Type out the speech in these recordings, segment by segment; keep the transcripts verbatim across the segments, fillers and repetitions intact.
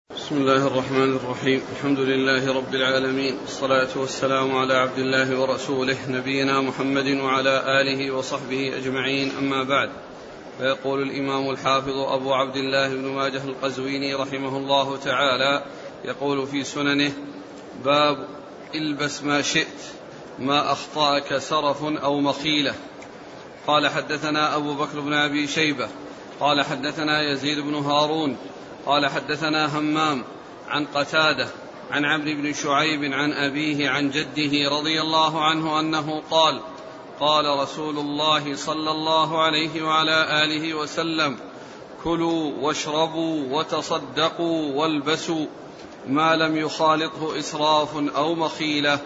بسم الله الرحمن الرحيم. الحمد لله رب العالمين، والصلاة والسلام على عبد الله ورسوله نبينا محمد وعلى آله وصحبه أجمعين، أما بعد. فيقول الإمام الحافظ أبو عبد الله بن ماجه القزويني رحمه الله تعالى، يقول في سننه: باب البس ما شئت ما أخطأك سرف أو مخيلة. قال: حدثنا أبو بكر بن أبي شيبة قال حدثنا يزيد بن هارون قال حدثنا همام عن قتادة عن عمرو بن شعيب عن أبيه عن جده رضي الله عنه أنه قال: قال رسول الله صلى الله عليه وعلى آله وسلم: كلوا واشربوا وتصدقوا والبسوا ما لم يخالطه إسراف أو مخيلة.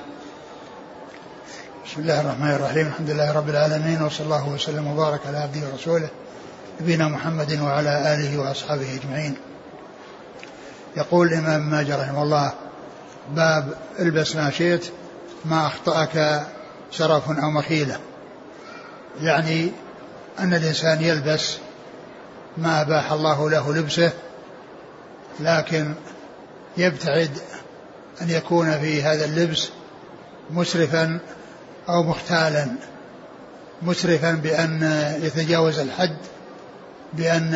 بسم الله الرحمن الرحيم. الحمد لله رب العالمين، وصلى الله وسلم وبارك على عبده ورسوله نبينا محمد وعلى آله وأصحابه أجمعين. يقول الإمام ماجه رحمه الله: باب البس ما شئت ما أخطأك سرف أو مخيلة، يعني أن الإنسان يلبس ما أباح الله له لبسه، لكن يبتعد أن يكون في هذا اللبس مسرفا أو مختالا، مسرفا بأن يتجاوز الحد، بأن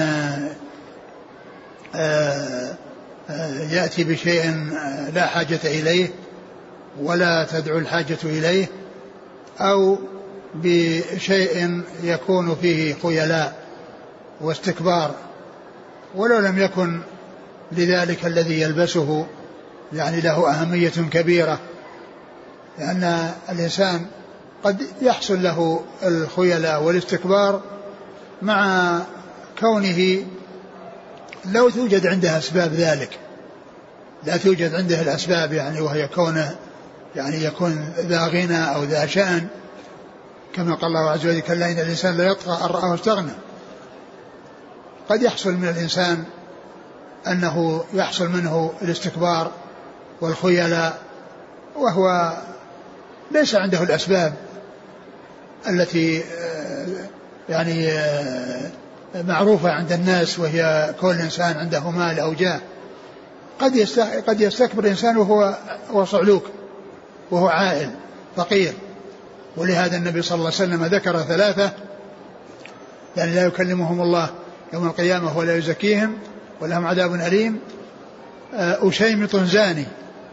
يأتي بشيء لا حاجة إليه ولا تدعو الحاجة إليه، أو بشيء يكون فيه خيلاء واستكبار، ولو لم يكن لذلك الذي يلبسه يعني له أهمية كبيرة، لأن الإنسان قد يحصل له الخيلاء والاستكبار مع كونه لو توجد عنده أسباب ذلك، لا توجد عنده الأسباب، يعني وهي كونه يعني يكون ذا غنى أو ذا شأن، كما قال الله عز وجل: كلا إن الإنسان لا يطغى أن رآه استغنى. قد يحصل من الإنسان أنه يحصل منه الاستكبار والخيلاء وهو ليس عنده الأسباب التي يعني معروفة عند الناس، وهي كل إنسان عنده مال أو جاه. قد قد يستكبر إنسان وهو وهو صعلوك وهو عائل فقير، ولهذا النبي صلى الله عليه وسلم ذكر ثلاثة يعني لا يكلمهم الله يوم القيامة ولا يزكيهم ولهم عذاب أليم: أشيمط زاني،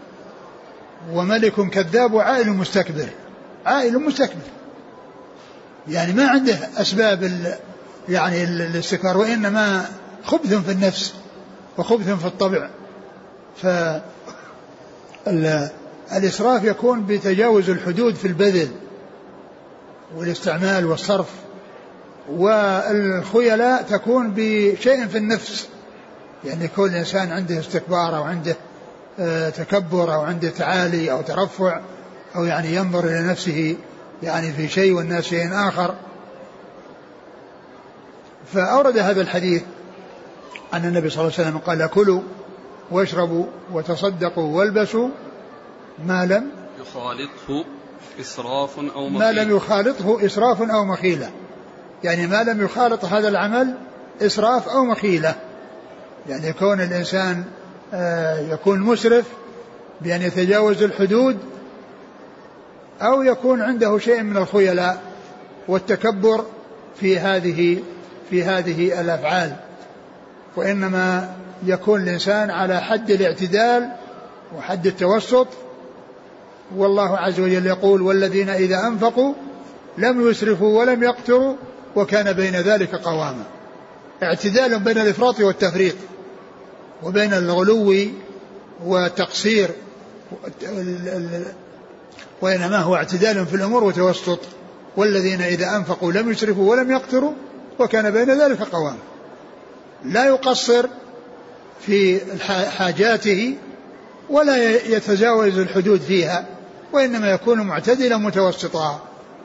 وملك كذاب، وعائل مستكبر. عائل مستكبر يعني ما عنده أسباب يعني الاستكبار، وإنما خبث في النفس وخبث في الطبع. فالإسراف يكون بتجاوز الحدود في البذل والاستعمال والصرف، والخيلاء تكون بشيء في النفس، يعني كل إنسان عنده استكبار أو عنده تكبر أو عنده تعالي أو ترفع، أو يعني ينظر إلى نفسه يعني في شيء والناس شيء آخر. فأورد هذا الحديث أن النبي صلى الله عليه وسلم قال: كلوا واشربوا وتصدقوا والبسوا ما لم يخالطه إسراف أو مخيلة. ما لم يخالطه إسراف أو مخيلة، يعني ما لم يخالط هذا العمل إسراف أو مخيلة، يعني يكون الإنسان يكون مسرف بأن يتجاوز الحدود، أو يكون عنده شيء من الخيلاء والتكبر في هذه في هذه الأفعال. وإنما يكون الإنسان على حد الاعتدال وحد التوسط. والله عز وجل يقول: والذين إذا أنفقوا لم يسرفوا ولم يقتروا وكان بين ذلك قواما. اعتدال بين الإفراط والتفريط، وبين الغلو والتقصير، وإنما هو اعتدال في الأمور وتوسط. والذين إذا أنفقوا لم يسرفوا ولم يقتروا وكان بين ذلك قواما. لا يقصر في حاجاته ولا يتجاوز الحدود فيها، وإنما يكون معتدلا متوسطا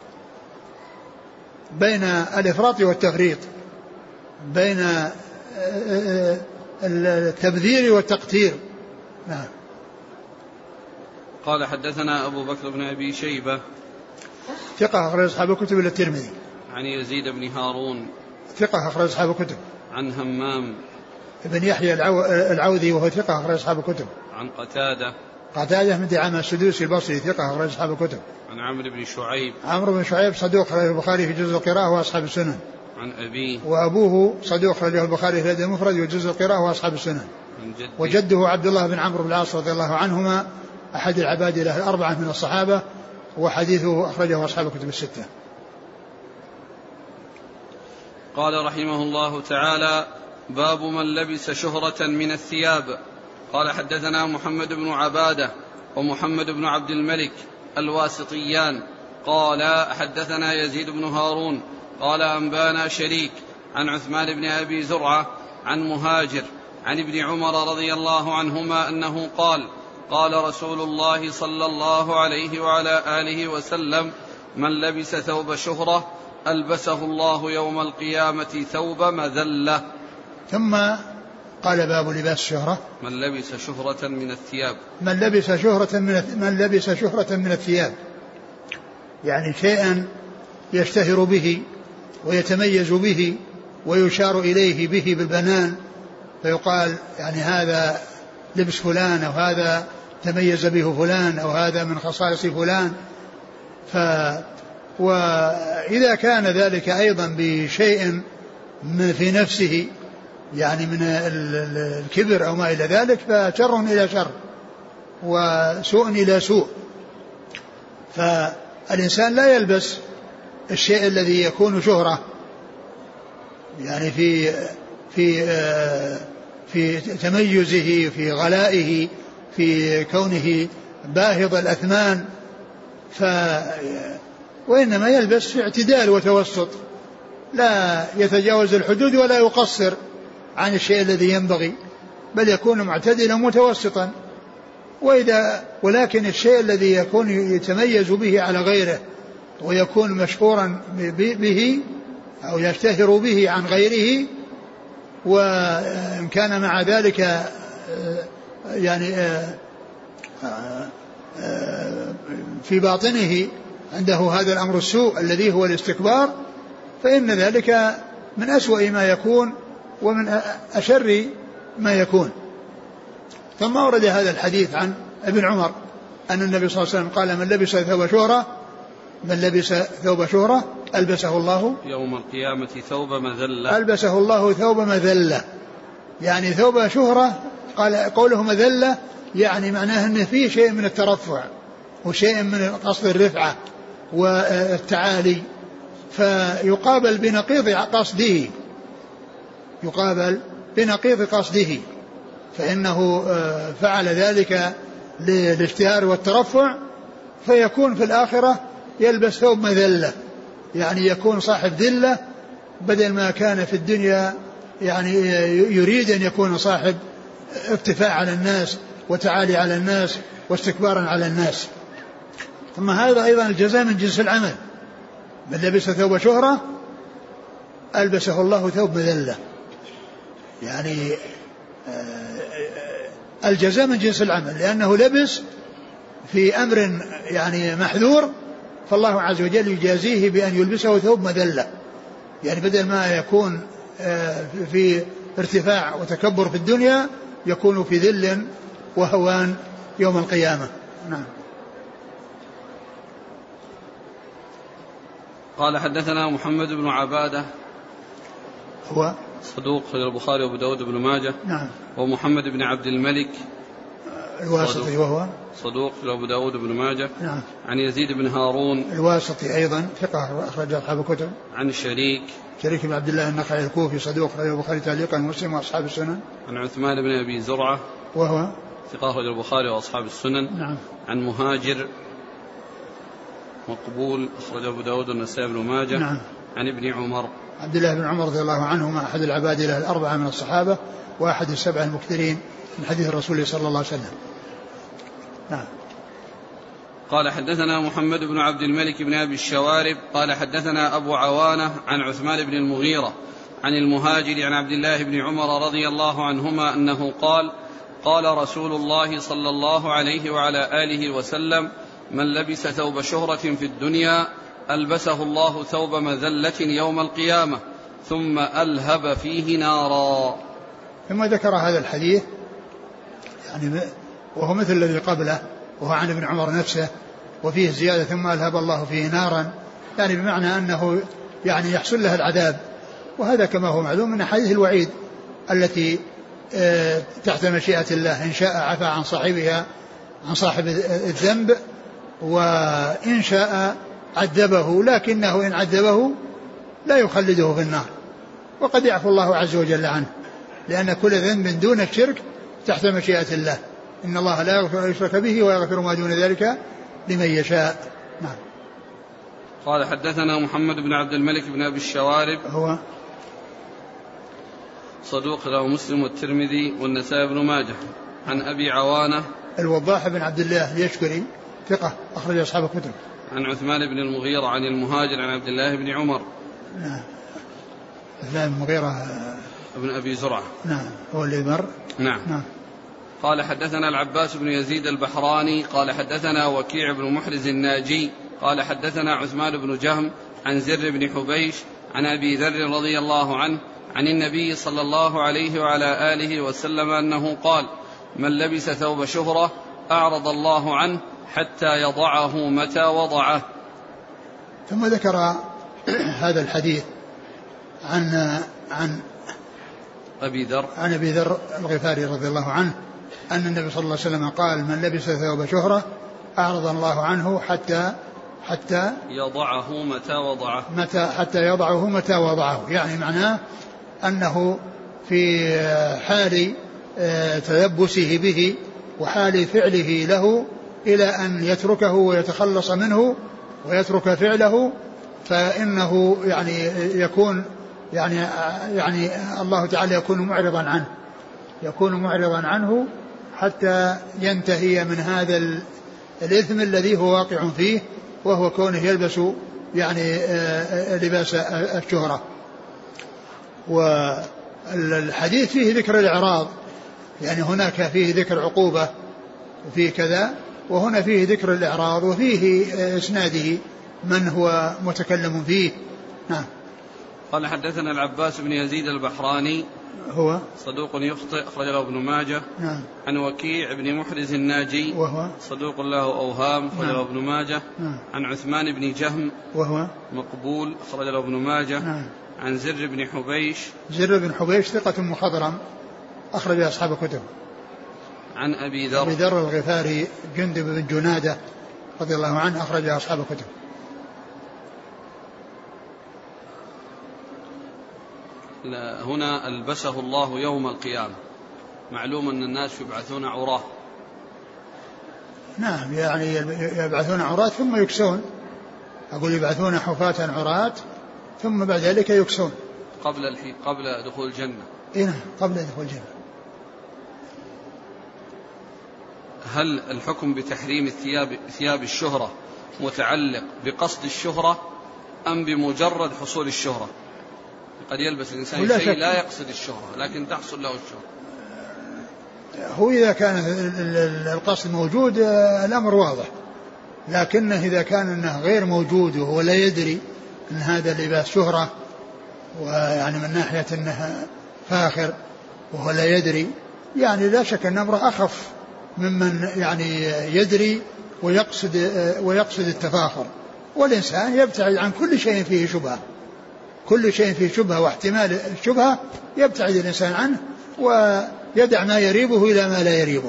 بين الإفراط والتفريط، بين التبذير والتقتير. نعم. قال: حدثنا أبو بكر بن أبي شيبة ثقة أخرج أصحاب الكتب إلى الترمذي. عن يزيد بن هارون ثقة أخرج أصحاب الكتب. عن همام بن يحيى العوذي وهو ثقة أخرج أصحاب الكتب. عن قتادة قتادة بن دعامة السدوسي البصري ثقة أخرج أصحاب الكتب. عن عمرو بن شعيب عمرو بن شعيب صدوق أخرجه البخاري في جزء القراءة وأصحاب السنن. عن أبيه وأبوه صدوق أخرجه البخاري في الأدب المفرد وجزء القراءة وأصحاب السنن. وجده عبد الله بن عمرو بن العاص رضي الله عنهما أحد العباد له الأربعة من الصحابة وحديثه أخرجه أصحاب الكتب الستة. قال رحمه الله تعالى: باب من لبس شهرة من الثياب. قال حدثنا محمد بن عبادة ومحمد بن عبد الملك الواسطيان قال حدثنا يزيد بن هارون قال أنبانا شريك عن عثمان بن أبي زرعة عن مهاجر عن ابن عمر رضي الله عنهما أنه قال: قال رسول الله صلى الله عليه وعلى آله وسلم: من لبس ثوب شهرة ألبسه الله يوم القيامة ثوب مذلة. ثم قال: باب لباس الشهرة. من لبس شهرة من الثياب. من لبس شهرة من من لبس شهرة من الثياب، يعني شيئا يشتهر به ويتميز به ويشار إليه به بالبنان، فيقال يعني هذا لبس فلان، أو هذا تميز به فلان، أو هذا من خصائص فلان. ف وإذا كان ذلك أيضا بشيء من في نفسه، يعني من الكبر أو ما إلى ذلك، فشر إلى شر وسوء إلى سوء. فالإنسان لا يلبس الشيء الذي يكون شهرة، يعني في في في تميزه، في غلائه، في كونه باهظ الأثمان، ف وإنما يلبس في اعتدال وتوسط، لا يتجاوز الحدود ولا يقصر عن الشيء الذي ينبغي، بل يكون معتدلا متوسطا. وإذا ولكن الشيء الذي يكون يتميز به على غيره ويكون مشهورا به أو يشتهر به عن غيره، وإن كان مع ذلك يعني في باطنه عنده هذا الأمر السوء الذي هو الاستكبار، فإن ذلك من أسوأ ما يكون ومن أشر ما يكون. ثم ورد هذا الحديث عن ابن عمر أن النبي صلى الله عليه وسلم قال: من لبس ثوب شهرة من لبس ثوب شهرة ألبسه الله يوم القيامة ثوب مذلة. ألبسه الله ثوب مذلة، يعني ثوب شهرة. قال قوله مذلة يعني معناه أنه فيه شيء من الترفع وشيء من قصد الرفعة والتعالي، فيقابل بنقيض قصده، يقابل بنقيض قصده، فإنه فعل ذلك للاشتهار والترفع، فيكون في الآخرة يلبس ثوب مذلة، يعني يكون صاحب ذلة بدل ما كان في الدنيا يعني يريد أن يكون صاحب ارتفاع على الناس وتعالي على الناس واستكبارا على الناس. ثم هذا أيضا الجزاء من جنس العمل، من لبس ثوب شهرة ألبسه الله ثوب مذلة، يعني الجزاء من جنس العمل، لأنه لبس في أمر يعني محذور، فالله عز وجل يجازيه بأن يلبسه ثوب مذلة، يعني بدل ما يكون في ارتفاع وتكبر في الدنيا يكون في ذل وهوان يوم القيامة. نعم. قال حدثنا محمد بن عبادة هو صدوق في البخاري وابو داود بن ماجه. نعم. ومحمد بن عبد الملك الواسطي وهو صدوق في ابو داود بن ماجه. نعم. عن يزيد بن هارون الواسطي أيضا ثقة أخرج أصحاب الكتب. عن شريك شريك بن عبد الله النخعي الكوفي صدوق أخرج البخاري تعليقا ومسلم وأصحاب السنن. عن عثمان بن أبي زرعة وهو ثقة أخرج البخاري وأصحاب السنن. نعم. عن مهاجر مقبول أخرج أبو داود والنسائي بن ماجه. نعم. عن ابن عمر عبد الله بن عمر رضي الله عنهما أحد العباد له الأربعة من الصحابة وأحد السبع المكثرين من حديث الرسول صلى الله عليه وسلم. نعم. قال حدثنا محمد بن عبد الملك بن أبي الشوارب قال حدثنا أبو عوانة عن عثمان بن المغيرة عن المهاجر عن عبد الله بن عمر رضي الله عنهما أنه قال: قال رسول الله صلى الله عليه وعلى آله وسلم: من لبس ثوب شهرة في الدنيا ألبسه الله ثوب مذلة يوم القيامة ثم ألهب فيه نارا. ثم ذكر هذا الحديث يعني وهو مثل الذي قبله، وهو عن ابن عمر نفسه، وفيه زيادة ثم ألهب الله فيه نارا، يعني بمعنى أنه يعني يحصل له العذاب. وهذا كما هو معلوم من حديث الوعيد التي تحت مشيئة الله، إن شاء عفى عن صاحبها عن صاحب الذنب، وإن شاء عذبه، لكنه إن عذبه لا يخلده في النار، وقد يعفو الله عز وجل عنه، لأن كل ذنب دون الشرك تحت مشيئة الله، إن الله لا يغفر أن يشرك به ويغفر ما دون ذلك لمن يشاء. نعم. قال حدثنا محمد بن عبد الملك بن أبي الشوارب، هو صدوق له مسلم والترمذي والنسائي بن ماجه، عن أبي عوانة الوضاح بن عبد الله اليشكري ثقة أخرج أصحاب الكتب، عن عثمان بن المغيرة عن المهاجر عن عبد الله بن عمر. نعم. عثمان بن المغيرة ابن أبي زرعة، نعم هو اللي مر. نعم. نعم. قال حدثنا العباس بن يزيد البحراني قال حدثنا وكيع بن محرز الناجي قال حدثنا عثمان بن جهم عن زر بن حبيش عن أبي ذر رضي الله عنه عن النبي صلى الله عليه وعلى آله وسلم أنه قال: من لبس ثوب شهرة أعرض الله عنه حتى يضعه متى وضعه. ثم ذكر هذا الحديث عن عن أبي ذر عن أبي ذر الغفاري رضي الله عنه أن النبي صلى الله عليه وسلم قال: من لبس ثوب شهرة أعرض الله عنه حتى حتى يضعه متى وضعه متى حتى يضعه متى وضعه، يعني معناه أنه في حال تلبسه به وحال فعله له إلى أن يتركه ويتخلص منه ويترك فعله، فإنه يعني يكون يعني يعني الله تعالى يكون معرضا عنه يكون معرضا عنه حتى ينتهي من هذا الإثم الذي هو واقع فيه، وهو كونه يلبس يعني لباس الشهرة. والحديث فيه ذكر الإعراض، يعني هناك فيه ذكر عقوبة وفيه كذا، وهنا فيه ذكر الإعراض وفيه إسناده من هو متكلم فيه. نعم. قال حدثنا العباس بن يزيد البحراني هو صدوق يخطئ أخرج له ابن ماجه. نعم. عن وكيع بن محرز الناجي وهو صدوق له أوهام أخرج له نعم. ابن ماجه. نعم. عن عثمان بن جهم وهو مقبول أخرج له ابن ماجه. نعم. عن زر بن حبيش زر بن حبيش ثقة مخضرم أخرج أصحاب الكتب. عن أبي ذر أبي ذر الغفاري جندب بن جنادة رضي الله عنه أخرج أصحاب الكتب. هنا ألبسه الله يوم القيامة، معلوم أن الناس يبعثون عراه. نعم، يعني يبعثون عراة ثم يكسون، أقول يبعثون حفاة عراة ثم بعد ذلك يكسون قبل الحي... قبل دخول الجنة. إيه نعم، قبل دخول الجنة. هل الحكم بتحريم الثياب ثياب الشهرة متعلق بقصد الشهرة أم بمجرد حصول الشهرة؟ قد يلبس الإنسان شيء لا, لا يقصد الشهرة لكن تحصل له الشهرة. هو إذا كان القصد موجود الأمر واضح، لكنه إذا كان أنه غير موجود وهو لا يدري أن هذا لباس شهرة، ويعني من ناحية أنه فاخر وهو لا يدري، يعني لا شك أن أمره أخف ممن يعني يدري ويقصد ويقصد التفاخر. والإنسان يبتعد عن كل شيء فيه شبهة، كل شيء فيه شبهة واحتمال الشبهة يبتعد الإنسان عنه ويدع ما يريبه إلى ما لا يريبه.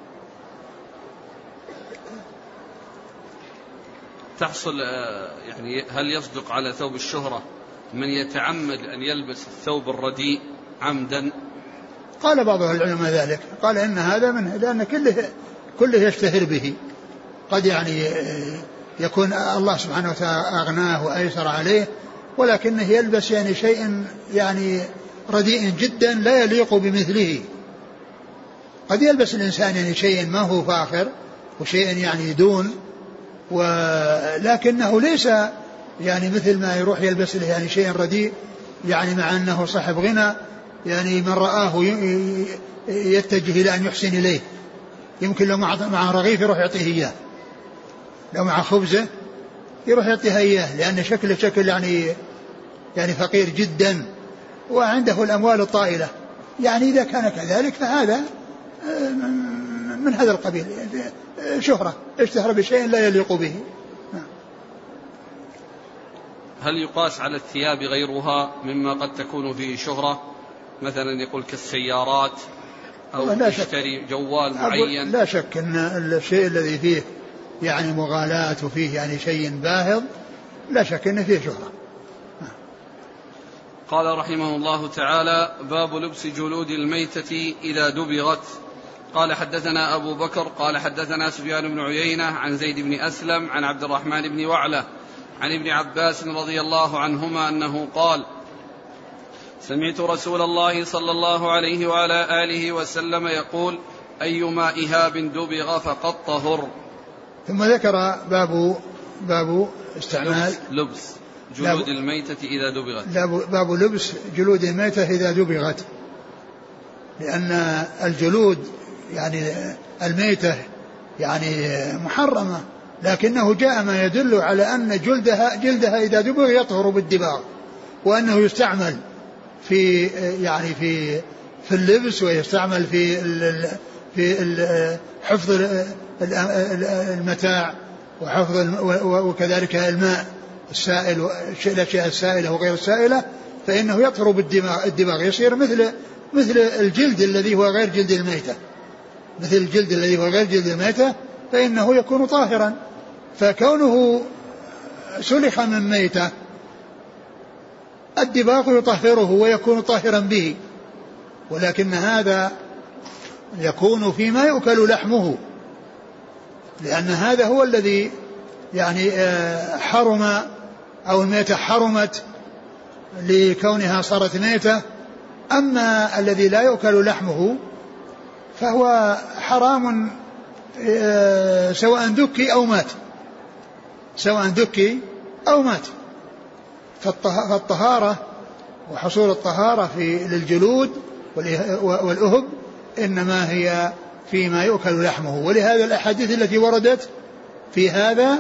تحصل يعني هل يصدق على ثوب الشهرة من يتعمد أن يلبس الثوب الرديء عمدا؟ قال بعض العلماء ذلك، قال إن هذا منه، لأن كله كله يشتهر به، قد يعني يكون الله سبحانه وتعالى أغناه وأيسر عليه، ولكنه يلبس يعني شيء يعني رديء جدا لا يليق بمثله. قد يلبس الإنسان يعني شيء ما هو فاخر وشيء يعني دون، ولكنه ليس يعني مثل ما يروح يلبس له يعني شيء رديء، يعني مع أنه صاحب غنى، يعني من رآه يتجه إلى أن يحسن إليه، يمكن لو مع رغيف يروح يعطيه إياه، لو مع خبزة يروح يعطيها إياه، لأن شكله شكل يعني يعني فقير جدا وعنده الأموال الطائلة، يعني إذا كان كذلك فهذا من هذا القبيل، شهرة اشتهر بشيء لا يليق به. هل يقاس على الثياب غيرها مما قد تكون فيه شهرة، مثلا يقول كالسيارات أو يشتري جوال معين؟ لا شك أن الشيء الذي فيه يعني مغالاة وفيه يعني شيء باهظ لا شك أن فيه شهرة. قال رحمه الله تعالى: باب لبس جلود الميتة إذا دبغت. قال حدثنا أبو بكر قال حدثنا سفيان بن عيينة عن زيد بن أسلم عن عبد الرحمن بن وعلة عن ابن عباس رضي الله عنهما أنه قال: سمعت رسول الله صلى الله عليه وعلى آله وسلم يقول: أيما إهاب دبغ فقد طهر. ثم ذكر باب باب استعمال لبس جلود الميتة إذا دبغت. باب لبس جلود الميتة إذا دبغت، لأن الجلود يعني الميتة يعني محرمة، لكنه جاء ما يدل على أن جلدها جلدها إذا دبغ يطهر بالدباغ، وأنه يستعمل في يعني في في اللبس، ويستعمل في ال في ال حفظ المتاع وحفظ وكذلك الماء السائل الأشياء السائلة وغير السائلة، فإنه يطهر بالدباغ، يصير مثل مثل الجلد الذي هو غير جلد الميتة، مثل الجلد الذي هو غير جلد الميتة، فإنه يكون طاهرا. فكونه سلخ من ميتة الدباغ يطهره ويكون طاهرا به، ولكن هذا يكون فيما يؤكل لحمه، لأن هذا هو الذي يعني حرم، أو الميتة حرمت لكونها صارت ميتة. أما الذي لا يؤكل لحمه فهو حرام سواء دكي أو مات، سواء دكي أو مات. فالطهارة وحصول الطهارة في للجلود والأهب إنما هي فيما يؤكل لحمه، ولهذا الأحاديث التي وردت في هذا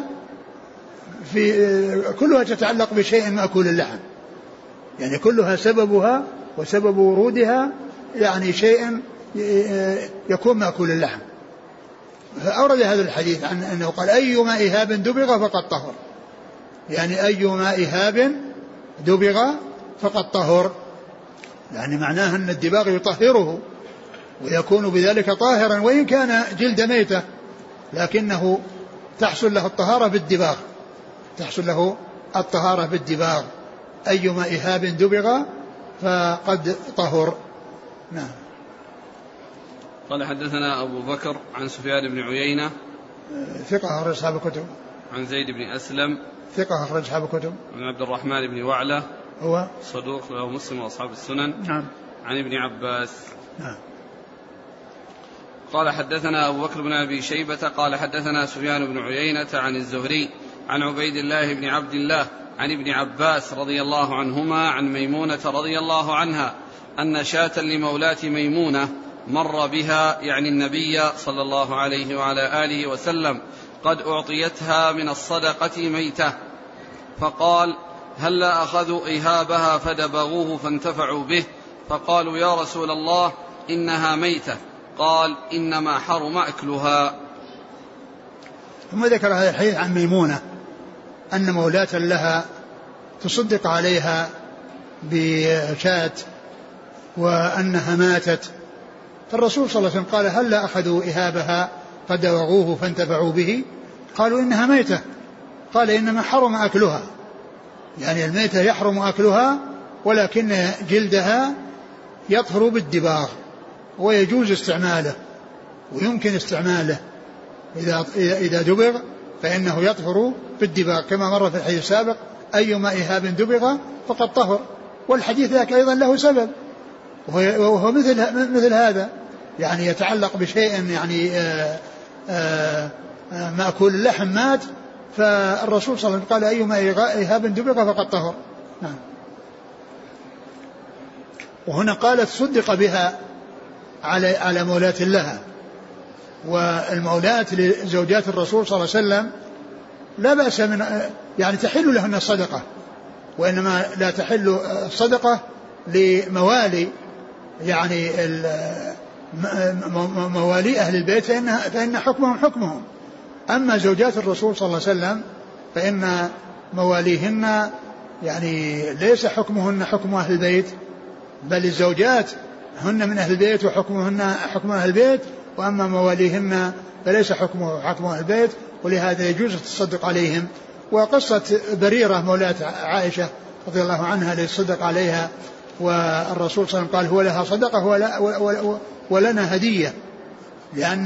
في كلها تتعلق بشيء مأكول اللحم، يعني كلها سببها وسبب ورودها يعني شيء يكون مأكول اللحم. فأورد هذا الحديث عن أنه قال: أيما إهاب دبغ فقد طهر، يعني أيما إهاب دبغ فقد طهر، يعني معناه أن الدباغ يطهره ويكون بذلك طاهرا، وإن كان جلد ميتة لكنه تحصل له الطهارة بالدباغ، تحصل له الطهارة بالدباغ. أيما إهاب دبغ فقد طهر. نعم. قال حدثنا أبو بكر عن سفيان بن عيينة ثقة أخرج أصحاب الكتب. عن زيد بن أسلم ثقة أخرج أصحاب الكتب. عن عبد الرحمن بن وعلة هو صدوق له مسلم وأصحاب السنن. نعم. عن ابن عباس. نعم. قال حدثنا أبو بكر بن أبي شيبة قال حدثنا سفيان بن عيينة عن الزهري عن عبيد الله بن عبد الله عن ابن عباس رضي الله عنهما عن ميمونة رضي الله عنها أن شاة لمولاة ميمونة مر بها، يعني النبي صلى الله عليه وعلى آله وسلم، قد أعطيتها من الصدقة ميتة، فقال: هلا أخذوا إهابها فدبغوه فانتفعوا به؟ فقالوا: يا رسول الله إنها ميتة. قال: إنما حرم أكلها. ثم ذكر هذا الحديث عن ميمونة أن مولاة لها تصدق عليها بشاة وأنها ماتت، فالرسول صلى الله عليه وسلم قال: هلا أخذوا إهابها فدبغوه فانتفعوا به؟ قالوا: إنها ميتة. قال: إنما حرم أكلها، يعني الميتة يحرم أكلها، ولكن جلدها يطهر بالدباغ ويجوز استعماله ويمكن استعماله إذا إذا دبغ فإنه يطهر بالدباغ، كما مر في الحديث السابق: أيما إهاب دبغ فقد طهر. والحديث ذاك أيضا له سبب، وهو مثل مثل هذا، يعني يتعلق بشيء يعني آآ آآ مأكول اللحم مات، فالرسول صلى الله عليه وسلم قال: أيما إهاب دبغ فقد طهر. نعم. وهنا قالت صدق بها على على مولاة لها، والمولاة لزوجات الرسول صلى الله عليه وسلم لا بأس من يعني تحل لهن الصدقة، وإنما لا تحل الصدقة لموالي يعني موالي أهل البيت فإن, فإن حكمهم حكمهم. أما زوجات الرسول صلى الله عليه وسلم فإن مواليهن يعني ليس حكمهن حكم أهل البيت، بل الزوجات هن من أهل البيت وحكمهن حكم أهل البيت، وأما مواليهن فليس حكمه حكم أهل البيت، ولهذا يجوز التصدق عليهم. وقصة بريرة مولاة عائشة رضي الله عنها للصدق عليها، والرسول صلى الله عليه وسلم قال هو لها صدقة ولنا هدية، لأن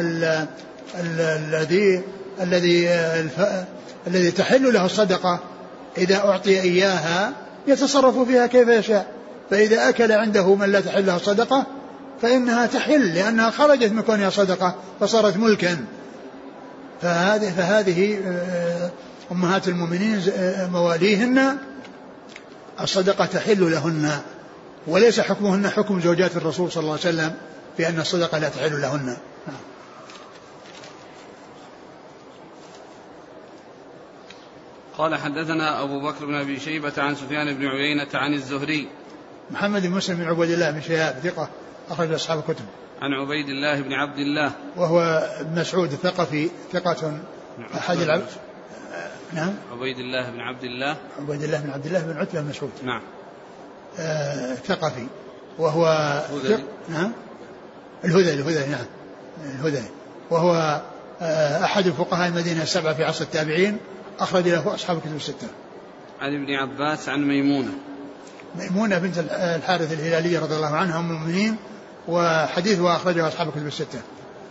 الذي الذي الذي تحل له الصدقة إذا أعطي إياها يتصرف فيها كيف يشاء، فإذا أكل عنده من لا تحل له الصدقة فإنها تحل، لأنها خرجت من كونها صدقة فصارت ملكا. فهذه, فهذه أمهات المؤمنين مواليهن الصدقة تحل لهن، وليس حكمهن حكم زوجات الرسول صلى الله عليه وسلم بأن الصدقة لا تحل لهن. قال حدثنا أبو بكر بن أبي شيبة عن سفيان بن عيينة عن الزهري. محمد بن مسلم بن عبيد الله بن شهاب ثقة أخرج أصحاب الكتب. عن عبيد الله بن عبد الله وهو ابن مسعود الثقفي ثقة أحد العبد. نعم. عبيد الله بن عبد الله عبيد الله بن عبد الله بن عتبة بن مسعود. نعم. آه ثقفي وهو ثق... نعم الهذلي الهذلي نعم الهذلي وهو آه أحد فقهاء المدينة السبعة في عصر التابعين، أخرج له أصحاب الكتب الستة. عن ابن عباس عن ميمونة ميمونة بنت الحارث الهلالية رضي الله عنها أم المؤمنين، وحديثها أخرجه أصحاب الكتب الستة.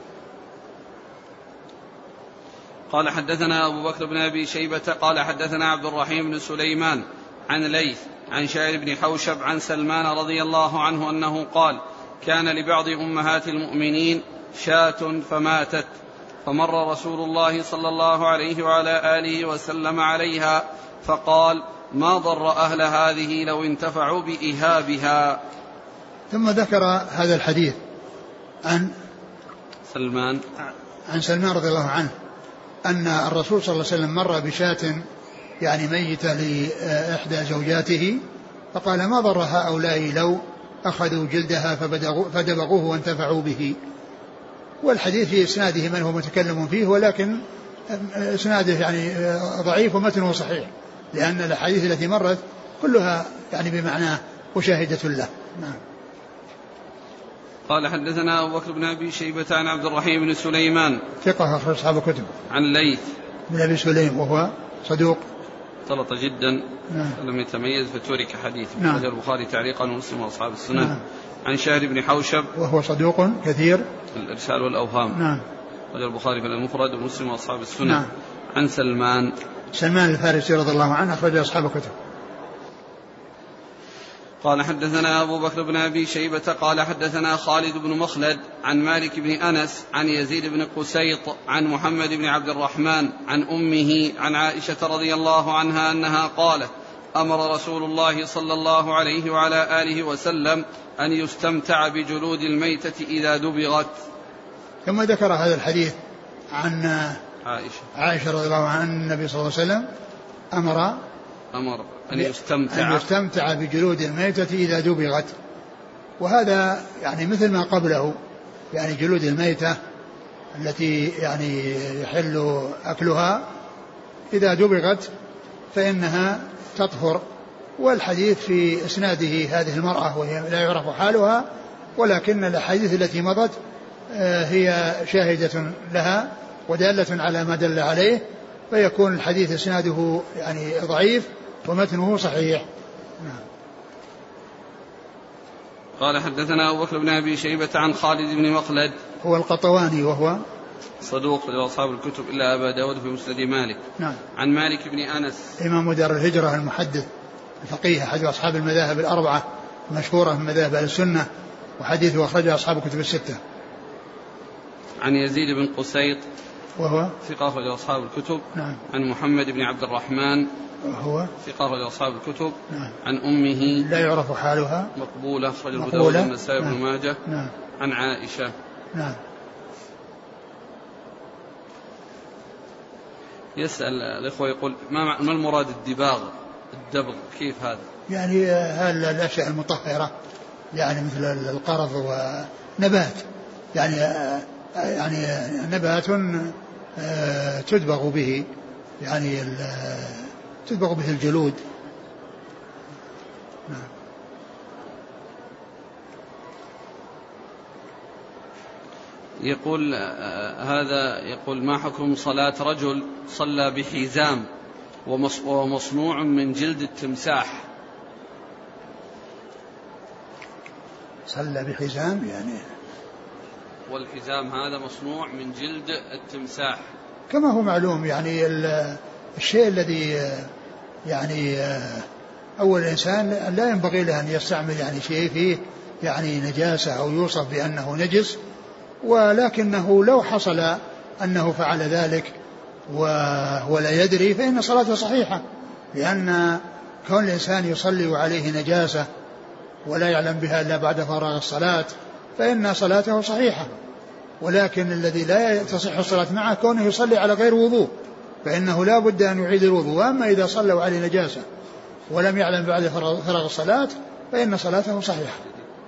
قال حدثنا أبو بكر بن أبي شيبة قال حدثنا عبد الرحيم بن سليمان عن ليث عن شاعر بن حوشب عن سلمان رضي الله عنه أنه قال كان لبعض أمهات المؤمنين شاة فماتت، فمر رسول الله صلى الله عليه وعلى آله وسلم عليها فقال ما ضر أهل هذه لو انتفعوا بإهابها. ثم ذكر هذا الحديث عن سلمان عن سلمان رضي الله عنه أن الرسول صلى الله عليه وسلم مر بشاة يعني ميتة لإحدى زوجاته، فقال ما ضر هؤلاء لو أخذوا جلدها فدبغوه وانتفعوا به. والحديث في إسناده من هو متكلم فيه، ولكن إسناده يعني ضعيف ومتنه صحيح، لأن الأحاديث التي مرت كلها يعني بمعناه وشاهدة له. نعم. قال حدثنا أبو بكر بن أبي شيبة عن عبد الرحيم بن سليمان ثقة أخرج أصحاب الكتب. عن ليث بن أبي سليم وهو صدوق اختلط جدا. نعم. لم يتميز فترك حديث. نعم. أخرج البخاري تعليقا ومسلم وأصحاب السنن. نعم. عن شاعر بن حوشب وهو صدوق كثير الإرسال والأوهام. نعم. أخرج البخاري في المفرد ومسلم وأصحاب السنن. نعم. عن سلمان سلمان الفارسي رضي الله عنه أخرج أصحاب الكتب. قال حدثنا أبو بكر بن أبي شيبة قال حدثنا خالد بن مخلد عن مالك بن أنس عن يزيد بن قسيط عن محمد بن عبد الرحمن عن أمه عن عائشة رضي الله عنها أنها قالت أمر رسول الله صلى الله عليه وعلى آله وسلم أن يستمتع بجلود الميتة إذا دبغت. ثم ذكر هذا الحديث عن عائشة عائشة رضي الله عنها أن النبي صلى الله عليه وسلم أمر أمر أن يستمتع أن يستمتع بجلود الميتة إذا دبغت، وهذا يعني مثل ما قبله، يعني جلود الميتة التي يعني يحل أكلها إذا دبغت فإنها تطهر. والحديث في إسناده هذه المرأة وهي لا يعرف حالها، ولكن الأحاديث التي مضت هي شاهدة لها ودالة على ما دل عليه، فيكون الحديث إسناده يعني ضعيف ومتنه صحيح. نعم. قال حدثنا أبو بكر بن أبي شيبة عن خالد بن مخلد هو القطواني وهو صدوق لأصحاب الكتب إلا أبا داود في مسند مالك. نعم. عن مالك بن أنس إمام دار الهجرة المحدث الفقيه أحد أصحاب المذاهب الأربعة مشهورة من مذاهب أهل السنة، وحديثه أخرجه أصحاب الكتب الستة. عن يزيد بن قسيط وهو ثقة أخرج أصحاب الكتب. نعم. عن محمد بن عبد الرحمن وهو ثقة أخرج أصحاب الكتب. نعم. عن أمه لا يعرف حالها مقبولة أخرج أبو داود والنسائي بن ماجه. نعم. عن عائشة. نعم. يسأل الإخوة يقول ما ما المراد الدباغ الدبغ كيف هذا؟ يعني هل الأشياء المطهرة يعني مثل القرض ونبات، يعني يعني نبات تدبغ به، يعني تدبغ به الجلود. يقول هذا يقول ما حكم صلاة رجل صلى بحزام ومصنوع من جلد التمساح؟ صلى بحزام يعني والحزام هذا مصنوع من جلد التمساح كما هو معلوم، يعني الشيء الذي يعني أول الإنسان لا ينبغي له أن يستعمل يعني شيء فيه يعني نجاسة أو يوصف بأنه نجس، ولكنه لو حصل أنه فعل ذلك ولا يدري فإن صلاته صحيحة، لأن كون الإنسان يصلي عليه نجاسة ولا يعلم بها إلا بعد فراغ الصلاة فإن صلاته صحيحة. ولكن الذي لا تصح الصلاة معه كونه يصلي على غير وضوء فإنه لا بد أن يعيد الوضوء. وأما إذا صلوا عليه نجاسة ولم يعلم بعد فراغ الصلاة فإن صلاته صحيحة.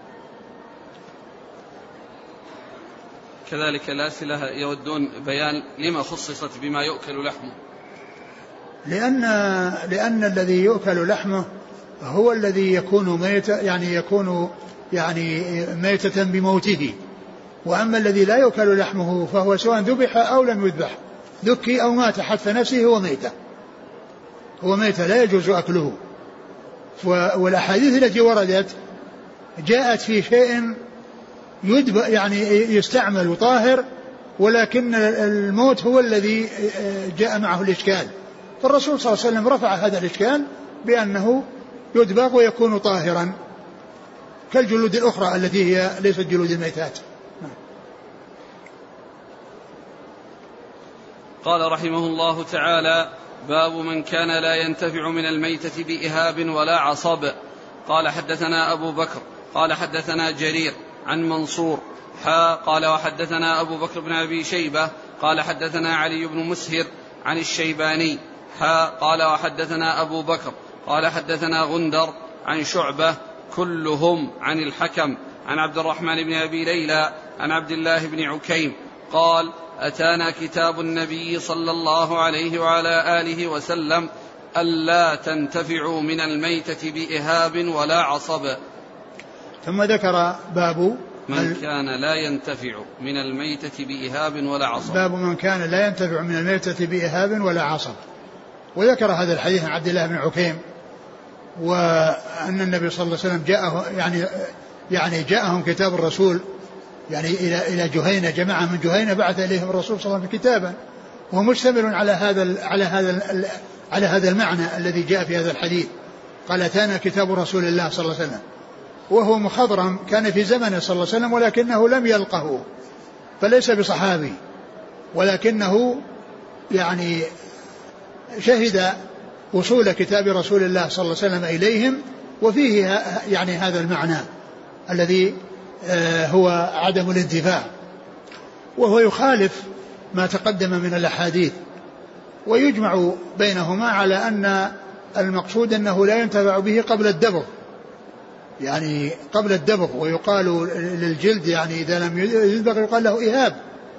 كذلك الأسئلة يودون بيان لما خصصت بما يؤكل لحمه. لأن لأن الذي يؤكل لحمه هو الذي يكون ميتا، يعني يكون يعني ميتة بموته، وأما الذي لا يؤكل لحمه فهو سواء ذبح أو لم يذبح، ذكي أو مات حتى نفسه هو ميتة، هو ميتة لا يجوز أكله. والأحاديث التي وردت جاءت في شيء يدبأ يعني يستعمل وطاهر، ولكن الموت هو الذي جاء معه الإشكال، فالرسول صلى الله عليه وسلم رفع هذا الإشكال بأنه يدبغ ويكون طاهرا كالجلود الأخرى التي هي ليست جلود الميتات. قال رحمه الله تعالى: باب من كان لا ينتفع من الميتة بإهاب ولا عصب. قال حدثنا أبو بكر قال حدثنا جرير عن منصور حا قال وحدثنا أبو بكر بن أبي شيبة قال حدثنا علي بن مسهر عن الشيباني حا قال وحدثنا أبو بكر قال حدثنا غندر عن شعبة كلهم عن الحكم عن عبد الرحمن بن أبي ليلى عن عبد الله بن عكيم قال: أتانا كتاب النبي صلى الله عليه وعلى آله وسلم ألا تنتفعوا من الميتة بإهاب ولا عصب. ثم ذكر باب من كان لا ينتفع من الميتة بإهاب ولا عصب. باب من كان لا ينتفع من الميتة بإهاب ولا عصب. وذكر هذا الحديث عن عبد الله بن عكيم، وأن النبي صلى الله عليه وسلم جاءه يعني يعني جاءهم كتاب الرسول يعني إلى إلى جهينة، جماعة من جهينة بعث إليهم الرسول صلى الله عليه وسلم كتابا، وهو مشتمل على هذا على هذا على هذا المعنى الذي جاء في هذا الحديث. قال: أتانا كتاب رسول الله صلى الله عليه وسلم، وهو مخضرم كان في زمنه صلى الله عليه وسلم ولكنه لم يلقه، فليس بصحابي، ولكنه يعني شهد وصول كتاب رسول الله صلى الله عليه وسلم إليهم، وفيه يعني هذا المعنى الذي هو عدم الانتفاع، وهو يخالف ما تقدم من الأحاديث، ويجمع بينهما على أن المقصود أنه لا ينتفع به قبل الدبغ، يعني قبل الدبغ، ويقال للجلد يعني إذا لم يدبغ يقال له إهاب،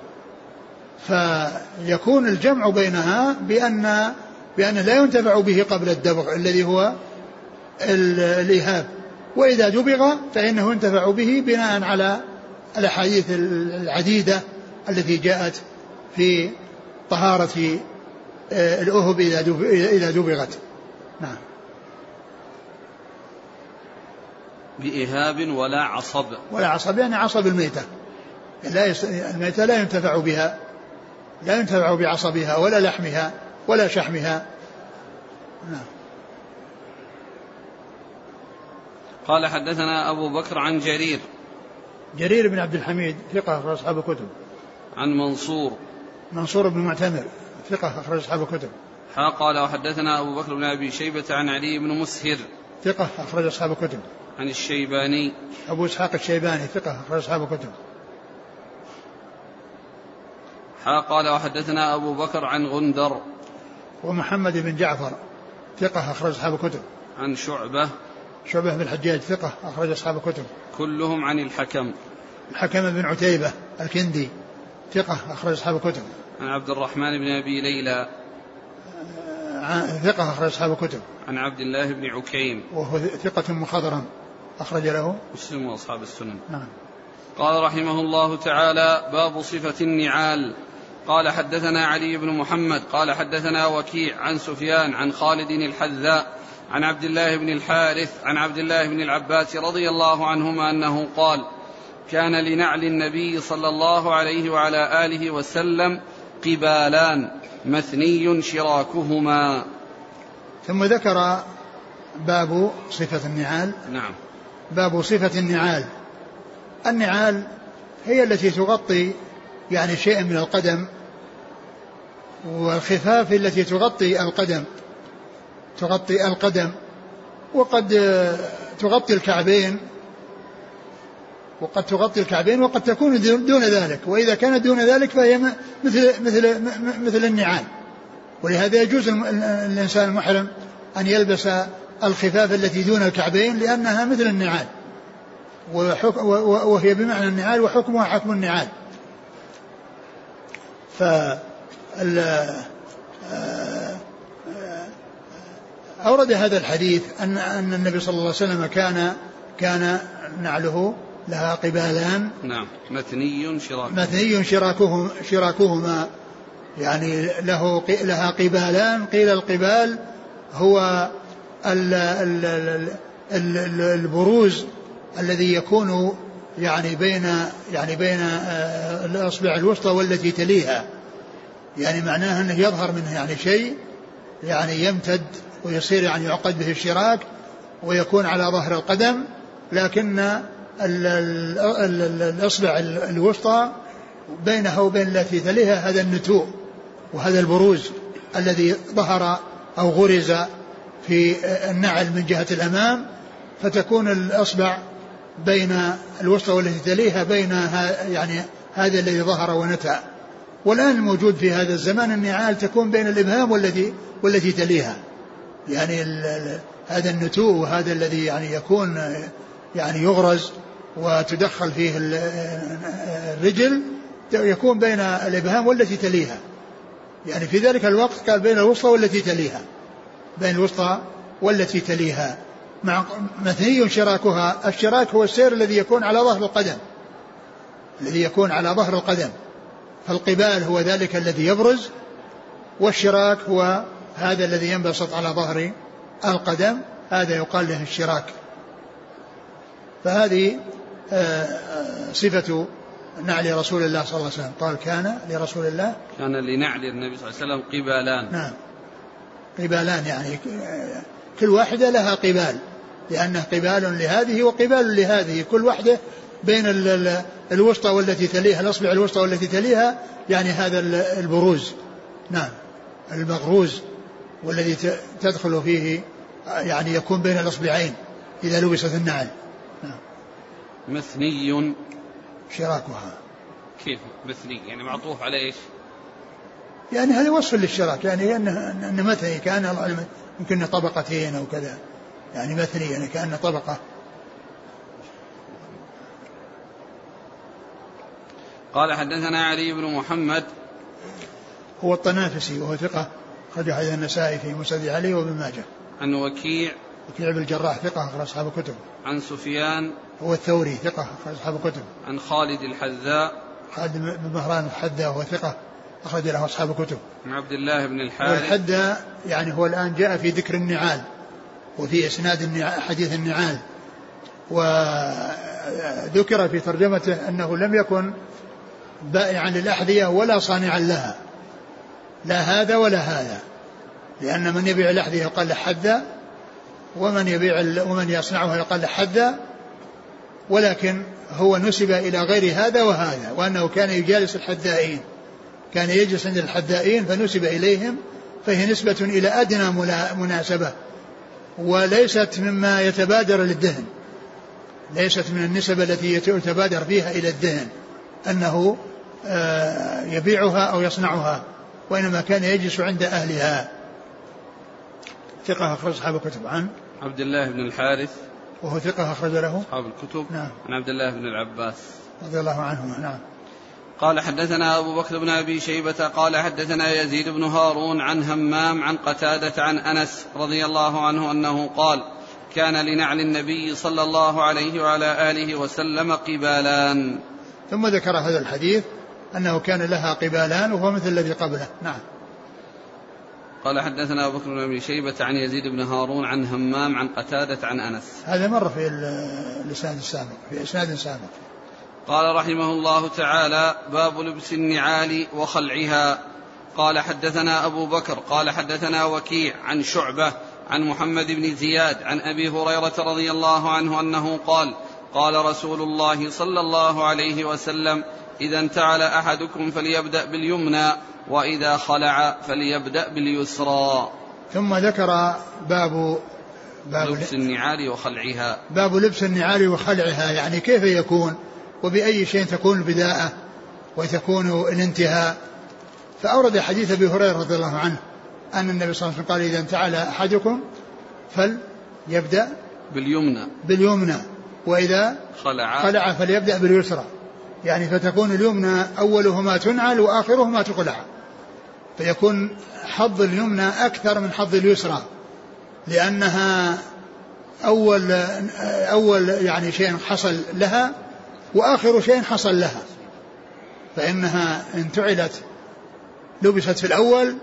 فيكون الجمع بينها بأن بأن لا ينتفع به قبل الدبغ الذي هو الإهاب، وإذا دبغ فإنه ينتفع به بناء على الأحاديث العديدة التي جاءت في طهارة الأهب إذا دبغت. نعم. بإهاب ولا عصب. ولا عصب يعني عصب الميتة، لا يس... الميتة لا ينتفع بها، لا ينتفع بعصبها ولا لحمها ولا شحمها. نعم. قال حدثنا أبو بكر عن جرير جرير بن عبد الحميد ثقة أخرج أصحاب الكتب. عن منصور منصور بن معتمر ثقة أخرج أصحاب الكتب. حا قال وحدثنا أبو بكر بن أبي شيبة عن علي بن مسهر ثقة أخرج أصحاب الكتب. عن الشيباني أبو إسحاق الشيباني ثقة أخرج أصحاب الكتب. حا قال وحدثنا أبو بكر عن غندر ومحمد بن جعفر ثقة أخرج أصحاب الكتب. عن شعبة شعبة بن الحجاج ثقة أخرج أصحاب الكتب. كلهم عن الحكم. الحكم بن عتيبة الكندي ثقة أخرج أصحاب الكتب. عن عبد الرحمن بن أبي ليلى ثقة أخرج أصحاب الكتب. عن عبد الله بن عكيم وهو ثقة مخضرم أخرج له مسلم وأصحاب السنن. نعم. قال رحمه الله تعالى: باب صفة النعال. قال حدثنا علي بن محمد قال حدثنا وكيع عن سفيان عن خالد الحذاء عن عبد الله بن الحارث عن عبد الله بن العباس رضي الله عنهما أنه قال: كان لنعل النبي صلى الله عليه وعلى آله وسلم قبالان مثني شراكهما. ثم ذكر باب صفة النعال. نعم. باب صفة النعال. النعال هي التي تغطي يعني شيء من القدم، والخفاف التي تغطي القدم تغطي القدم وقد تغطي الكعبين وقد تغطي الكعبين وقد تكون دون ذلك، وإذا كانت دون ذلك فهي مثل مثل مثل النعال. ولهذا يجوز الإنسان المحرم أن يلبس الخفاف التي دون الكعبين لأنها مثل النعال، وهي بمعنى النعال وحكمها حكم النعال. فأورد هذا الحديث أن أن النبي صلى الله عليه وسلم كان كان نعله لها قبالان. نعم. مثني شراكهما مثني شراكهما شراكهما يعني له لها قبالان. قيل القبال هو ال ال ال ال البروز الذي يكون يعني بين يعني بين الأصبع الوسطى والتي تليها، يعني معناها أنه يظهر منه يعني شيء يعني يمتد ويصير يعني يعقد به الشراك ويكون على ظهر القدم، لكن الأصبع الوسطى بينها وبين التي تليها هذا النتوء وهذا البروز الذي ظهر أو غرز في النعل من جهة الأمام، فتكون الأصبع بين الوسطى والتي تليها بين يعني هذا الذي ظهر ونتأ. والآن الموجود في هذا الزمان النعال تكون بين الإبهام والتي والتي تليها، يعني هذا النتوء وهذا الذي يعني يكون يعني يغرز وتدخل فيه الرجل يكون بين الإبهام والتي تليها، يعني في ذلك الوقت قال بين الوسطى والتي تليها بين الوسطى والتي تليها مع مثني شراكها. الشراك هو السير الذي يكون على ظهر القدم الذي يكون على ظهر القدم فالقبال هو ذلك الذي يبرز، والشراك هو هذا الذي ينبسط على ظهر القدم، هذا يقال له الشراك. فهذه صفة نعل رسول الله صلى الله عليه وسلم. قال كان لرسول الله كان لنعل النبي صلى الله عليه وسلم قبالان. نعم. قبالان يعني كل واحدة لها قبال، لأنه قبال لهذه وقبال لهذه، كل واحدة بين الوسطى والتي تليها الأصبع الوسطى والتي تليها يعني هذا البروز. نعم. المغروز والذي تدخل فيه يعني يكون بين الأصبعين إذا لبست النعل. نعم. مثني شراكها. كيف مثني يعني معطوف على إيش؟ يعني هذا وصف للشراك، يعني أنه, أنه مثني كان يمكن طبقتين أو كذا، يعني مثني يعني كأنه طبقة. قال حدثنا علي بن محمد هو الطنافسي وهو ثقة أخرج حديث النسائي في مسند علي وابن ماجه. عن وكيع وكيع بن الجراح ثقة أخرج أصحاب الكتب. عن سفيان هو الثوري ثقة أخرج أصحاب الكتب. عن خالد الحذاء خالد بن مهران الحذاء وهو ثقة أخرج له أصحاب الكتب. عن عبد الله بن الحارث. والحذاء يعني هو الآن جاء في ذكر النعال وفي إسناد حديث النعال، وذكر في ترجمته أنه لم يكن بائعا للأحذية ولا صانعا لها، لا هذا ولا هذا، لأن من يبيع الأحذية يقال له حذاء، ومن يبيع ومن يصنعها يقال له حذاء، ولكن هو نسب إلى غير هذا وهذا، وأنه كان يجالس الحذائين، كان يجلس عند الحذائين فنسب إليهم، فهي نسبة إلى أدنى مناسبة وليست مما يتبادر للذهن، ليست من النسب التي يتبادر فيها إلى الذهن أنه يبيعها أو يصنعها، وإنما كان يجلس عند أهلها. ثقة أخرج أصحاب الكتب. عن عبد الله بن الحارث وهو ثقة أخرج له أصحاب الكتب. نعم. عن عبد الله بن العباس رضي الله عنهما. نعم. قال حدثنا أبو بكر بن أبي شيبة قال حدثنا يزيد بن هارون عن همام عن قتادة عن أنس رضي الله عنه أنه قال كان لنعل النبي صلى الله عليه وعلى آله وسلم قبالان. ثم ذكر هذا الحديث أنه كان لها قبالان وهو مثل الذي قبله. نعم. قال حدثنا أبو بكر بن أبي شيبة عن يزيد بن هارون عن همام عن قتادة عن أنس. هذا مر في الإسناد السابق في إسناد سابق. قال رحمه الله تعالى باب لبس النعال وخلعها. قال حدثنا أبو بكر قال حدثنا وكيع عن شعبة عن محمد بن زياد عن أبي هريرة رضي الله عنه أنه قال قال رسول الله صلى الله عليه وسلم إذا انتعل أحدكم فليبدأ باليمنى وإذا خلع فليبدأ باليسرى. ثم ذكر باب باب لبس النعال وخلعها. باب لبس النعال وخلعها، يعني كيف يكون وبأي شيء تكون البداءة وتكون الانتهاء. فأورد حديث أبي هريرة رضي الله عنه أن النبي صلى الله عليه وسلم قال إذا انتعل أحدكم فليبدأ باليمنى باليمنى وإذا خلع, خلع فليبدأ باليسرى، يعني فتكون اليمنى أولهما تنعل وآخرهما تقلع، فيكون حظ اليمنى أكثر من حظ اليسرى لأنها أول أول يعني شيء حصل لها وآخر شيء حصل لها، فإنها انتعلت لبست في الأول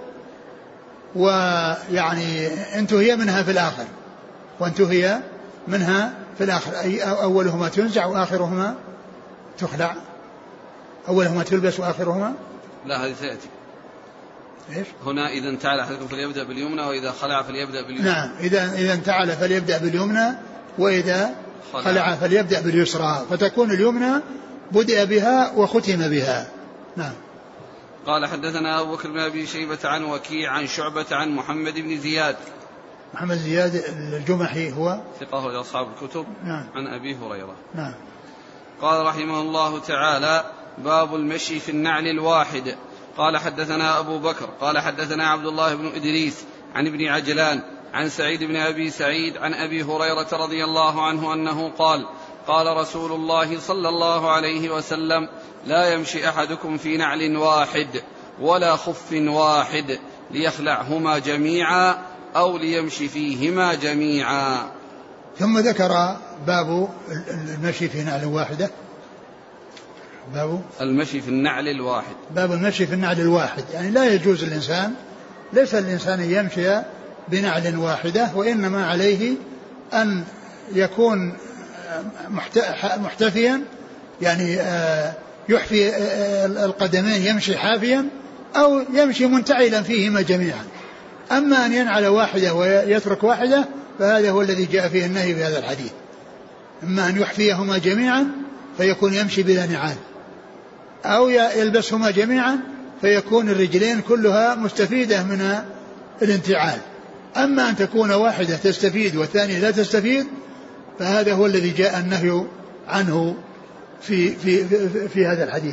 ويعني انتهي منها في الآخر وانتهي منها في الآخر، أي أولهما تنزع وآخرهما تخلع. أولهما تلبس وآخرهما لا هذه تأتي إيش؟ هنا إذا انتعل أحدكم فليبدأ باليمنى وإذا خلع فليبدأ باليسرى. نعم، إذا إذا انتعل فليبدأ باليمنى وإذا خلع, خلع فليبدأ باليسرى، فتكون اليمنى بدأ بها وختم بها. نعم. قال حدثنا أبو بكر بن أبي شيبة عن وكيع عن شعبة عن محمد بن زياد. محمد زياد الجمحي هو ثقة لأصحاب الكتب. نعم. عن أبي هريرة. نعم. قال رحمه الله تعالى باب المشي في النعل الواحد. قال حدثنا أبو بكر قال حدثنا عبد الله بن إدريس عن ابن عجلان عن سعيد بن أبي سعيد عن أبي هريرة رضي الله عنه أنه قال قال رسول الله صلى الله عليه وسلم لا يمشي أحدكم في نعل واحد ولا خف واحد ليخلعهما جميعا أو ليمشي فيهما جميعا. ثم ذكر باب المشي في نعل واحدة. باب المشي في النعل الواحد. باب المشي في النعل الواحد، يعني لا يجوز الإنسان ليس الإنسان يمشي بنعل واحدة، وإنما عليه أن يكون محتفيا، يعني يحفي القدمين يمشي حافيا أو يمشي منتعلا فيهما جميعا. أما أن ينعل واحدة ويترك واحدة فهذا هو الذي جاء فيه النهي بهذا الحديث. إما أن يحفيهما جميعا فيكون يمشي بلا نعال، أو يلبسهما جميعا فيكون الرجلين كلها مستفيدة من الانتعال. أما أن تكون واحدة تستفيد والثانية لا تستفيد فهذا هو الذي جاء النهي عنه في, في, في, في هذا الحديث.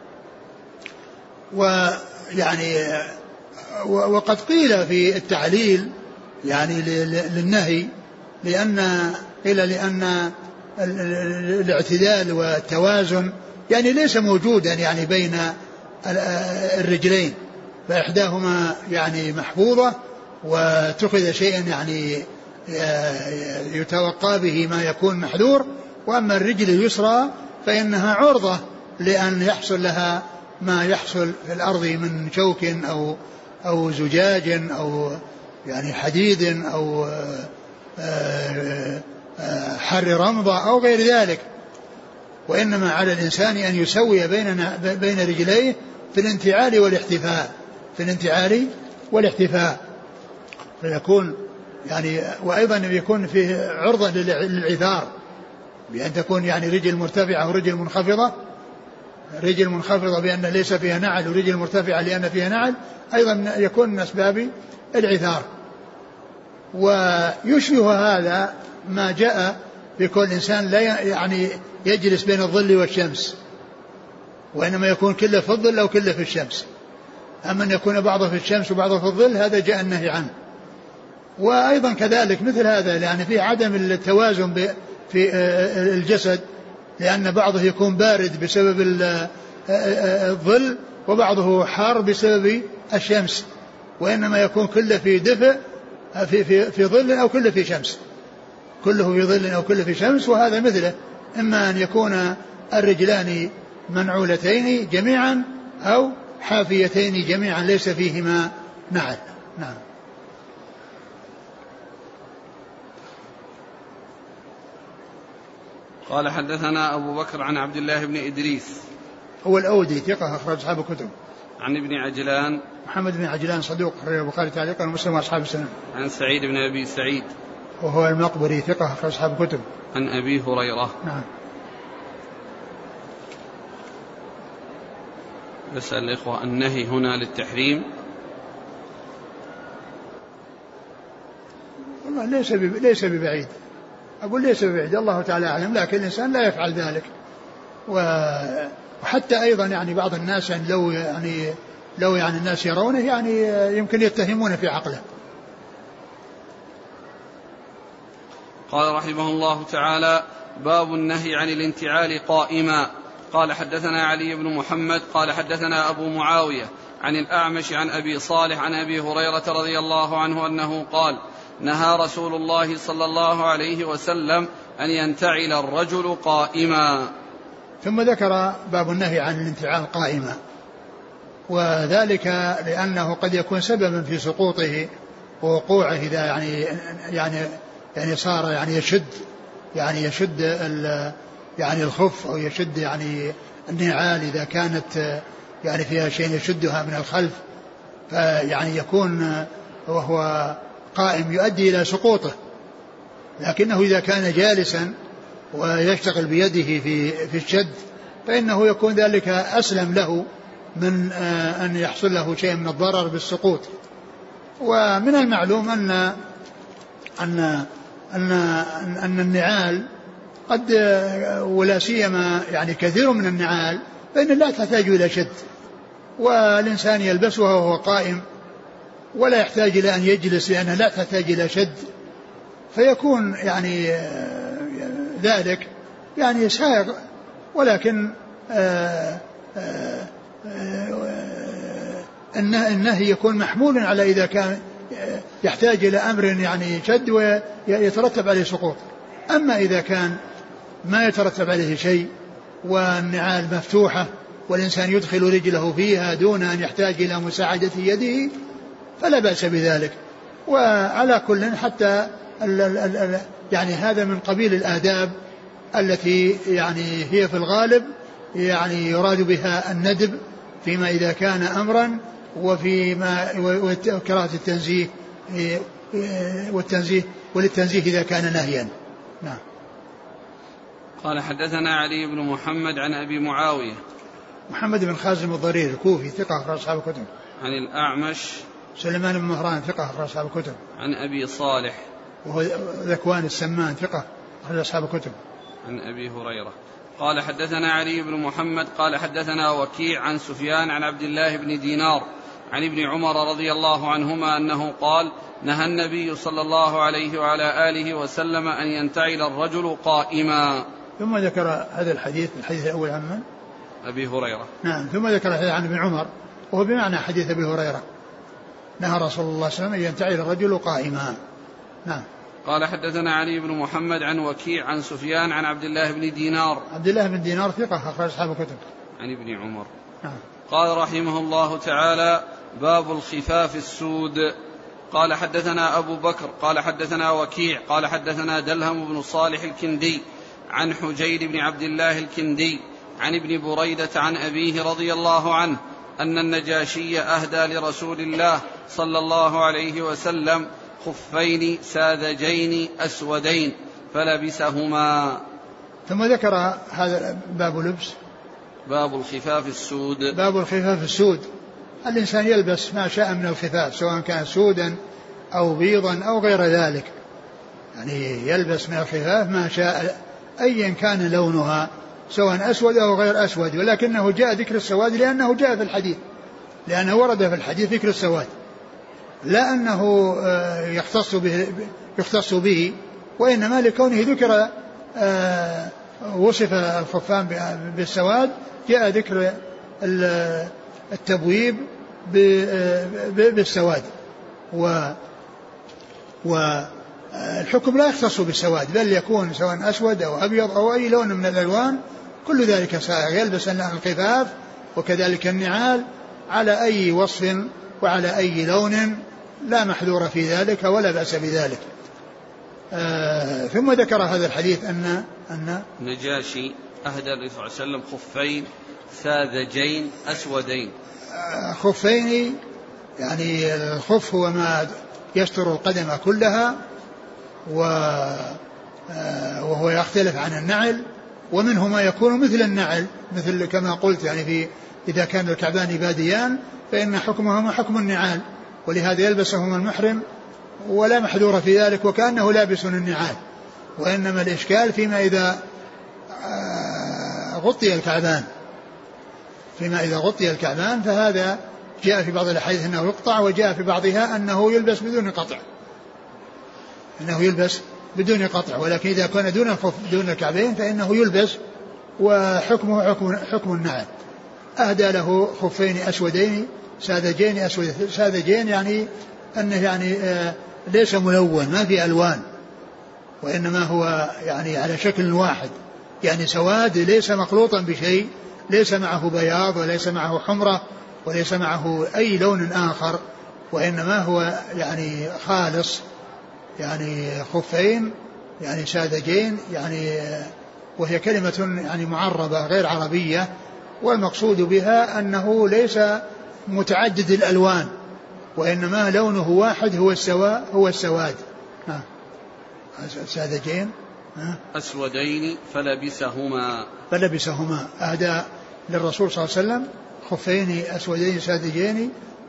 ويعني وقد قيل في التعليل يعني للنهي، لأن قيل لأن الاعتدال والتوازن يعني ليس موجودا يعني بين الرجلين، فإحداهما يعني محفوظة واتخذ شيئا يعني يتوقع به ما يكون محذور، وأما الرجل اليسرى فإنها عرضة لأن يحصل لها ما يحصل في الأرض من شوك أو أو زجاج أو يعني حديد أو حر رمضة أو غير ذلك. وإنما على الإنسان أن يسوي بين بين رجليه في الانتعال والاحتفاء في الانتعال والاحتفاء فيكون يعني، وأيضا يكون فيه عرضة للعثار بأن تكون يعني رجل مرتفعة ورجل منخفضة، رجل منخفضة بأن ليس فيها نعل ورجل مرتفعة لأن فيها نعل، أيضا يكون من أسباب العثار. ويشبه هذا ما جاء بكل إنسان لا يعني يجلس بين الظل والشمس، وإنما يكون كله في الظل أو كله في الشمس. أما أن يكون بعضه في الشمس وبعضه في الظل هذا جاء النهي عنه. وأيضا كذلك مثل هذا يعني فيه عدم التوازن في الجسد، لأن بعضه يكون بارد بسبب الظل وبعضه حار بسبب الشمس، وإنما يكون كله في دفء في, في, في ظل أو كله في شمس، كله في ظل أو كله في شمس. وهذا مثله، إما أن يكون الرجلان منعولتين جميعا أو حافيتين جميعا ليس فيهما نعل. نعم. قال حدثنا أبو بكر عن عبد الله بن إدريس هو الأودي ثقة أخرج أصحاب الكتب. عن ابن عجلان محمد بن عجلان صدوق أخرج البخاري تعليقا ومسلم وأصحاب السنن. عن سعيد بن أبي سعيد وهو المقبري ثقة أخرج أصحاب الكتب. عن أبي هريرة. نعم. يسأل الإخوة النهي هنا للتحريم؟ والله ليس ليس ببعيد، أقول ليس ببعيد، الله تعالى أعلم، لكن الإنسان لا يفعل ذلك. وحتى أيضا يعني بعض الناس يعني لو يعني لو يعني الناس يرونه يعني يمكن يتهمون في عقله. قال رحمه الله تعالى: باب النهي عن الانتعال قائما. قال حدثنا علي بن محمد قال حدثنا أبو معاوية عن الأعمش عن أبي صالح عن أبي هريرة رضي الله عنه أنه قال: نهى رسول الله صلى الله عليه وسلم أن ينتعل الرجل قائما. ثم ذكر باب النهي عن الانتعال قائما، وذلك لأنه قد يكون سببا في سقوطه ووقوعه إذا يعني يعني يعني صار يعني يشد يعني يشد يعني الخف أو يشد يعني النعال إذا كانت يعني فيها شيء يشدها من الخلف، فيعني يكون وهو قائم يؤدي إلى سقوطه. لكنه إذا كان جالسا ويشتغل بيده في في الشد فإنه يكون ذلك أسلم له من أن يحصل له شيء من الضرر بالسقوط. ومن المعلوم أن أن أن أن النعال قد ولا سيما يعني كثير من النعال فإن لا تحتاج إلى شد، والإنسان يلبسها وهو قائم ولا يحتاج إلى أن يجلس لأنها لا تحتاج إلى شد، فيكون يعني ذلك يعني سائغ. ولكن النهي يكون محمول على إذا كان يحتاج إلى أمر يعني شد ويترتب عليه سقوط. أما إذا كان ما يترتب عليه شيء والنعال مفتوحة والإنسان يدخل رجله فيها دون أن يحتاج إلى مساعدة يده فلا بأس بذلك. وعلى كل حتى ال ال ال يعني هذا من قبيل الآداب التي يعني هي في الغالب يعني يراد بها الندب فيما إذا كان أمرا، وفيما وكراهة التنزيه والتنزيه وللتنزيه إذا كان نهيا. نعم. قال حدثنا علي بن محمد عن أبي معاوية محمد بن خازم الضرير الكوفي ثقة أخرج أصحاب الكتب. عن الأعمش سليمان بن مهران ثقة أخرج أصحاب الكتب. عن أبي صالح وهو ذكوان السمان ثقة أخرج أصحاب الكتب. عن أبي هريرة قال حدثنا علي بن محمد قال حدثنا وكيع عن سفيان عن عبد الله بن دينار عن ابن عمر رضي الله عنهما أنه قال: نهى النبي صلى الله عليه وعلى آله وسلم أن ينتعل الرجل قائما. ثم ذكر هذا الحديث الحديث الأول عن من؟ أبي هريرة. نعم. ثم ذكر الحديث عن ابن عمر وهو بمعنى حديث أبي هريرة، نهى رسول الله صلى الله عليه وسلم أن ينتعل الرجل قائما. نعم. قال حدثنا علي بن محمد عن وكيع عن سفيان عن عبد الله بن دينار عبد الله بن دينار ثقة أخرج أصحاب الكتب. عن ابن عمر. نعم. قال رحمه الله تعالى: باب الخفاف السود. قال حدثنا أبو بكر قال حدثنا وكيع قال حدثنا دلهم بن صالح الكندي عن حجير بن عبد الله الكندي عن ابن بريدة عن أبيه رضي الله عنه أن النجاشي أهدى لرسول الله صلى الله عليه وسلم خفين ساذجين أسودين فلبسهما. ثم ذكر هذا باب لبس باب الخفاف السود. باب الخفاف السود، الإنسان يلبس ما شاء من الخفاف سواء كان سودا أو بيضا أو غير ذلك، يعني يلبس من الخفاف ما شاء أيا كان لونها سواء أسود أو غير أسود، ولكنه جاء ذكر السواد لأنه جاء في الحديث، لأنه ورد في الحديث ذكر السواد، لا أنه يختص به, يختص به وإنما لكونه ذكر وصف الخفان بالسواد جاء ذكر التبويب بالسواد. والحكم لا يختص بالسواد بل يكون سواء أسود أو أبيض أو أي لون من الألوان كل ذلك سائغ. يلبس الخفاف وكذلك النعال على أي وصف وعلى أي لون لا محذور في ذلك ولا بأس بذلك. آه ثم ذكر هذا الحديث أن أن نجاشي أهدى النبي صلى الله عليه وسلم خفين ساذجين أسودين. آه خفين يعني الخف هو ما يستر القدم كلها وهو يختلف عن النعل، ومنه ما يكون مثل النعل مثل كما قلت يعني في إذا كان الكعبان باديان فإن حكمهما حكم النعال، ولهذا يلبسهما المحرم ولا محذور في ذلك وكأنه لابس النعال. وإنما الإشكال فيما إذا غطي الكعبان فيما إذا غطي الكعبان فهذا جاء في بعض الأحاديث أنه يقطع، وجاء في بعضها أنه يلبس بدون قطع أنه يلبس بدون قطع ولكن إذا كان دون الخف دون الكعبين فإنه يلبس وحكمه حكم, حكم النعل. أهدى له خفين أسودين ساذجين أسود ساذجين يعني أنه يعني آه ليس ملون ما في ألوان وإنما هو يعني على شكل واحد يعني سواد ليس مخلوطا بشيء، ليس معه بياض وليس معه حمرة وليس معه أي لون آخر، وإنما هو يعني خالص يعني خفين يعني ساذجين يعني وهي كلمة يعني معربة غير عربية، والمقصود بها أنه ليس متعدد الألوان وإنما لونه واحد هو السواء هو السواد. ساذجين أسودين فلبسهما فلبسهما أهدى للرسول صلى الله عليه وسلم خفين أسودين ساذجين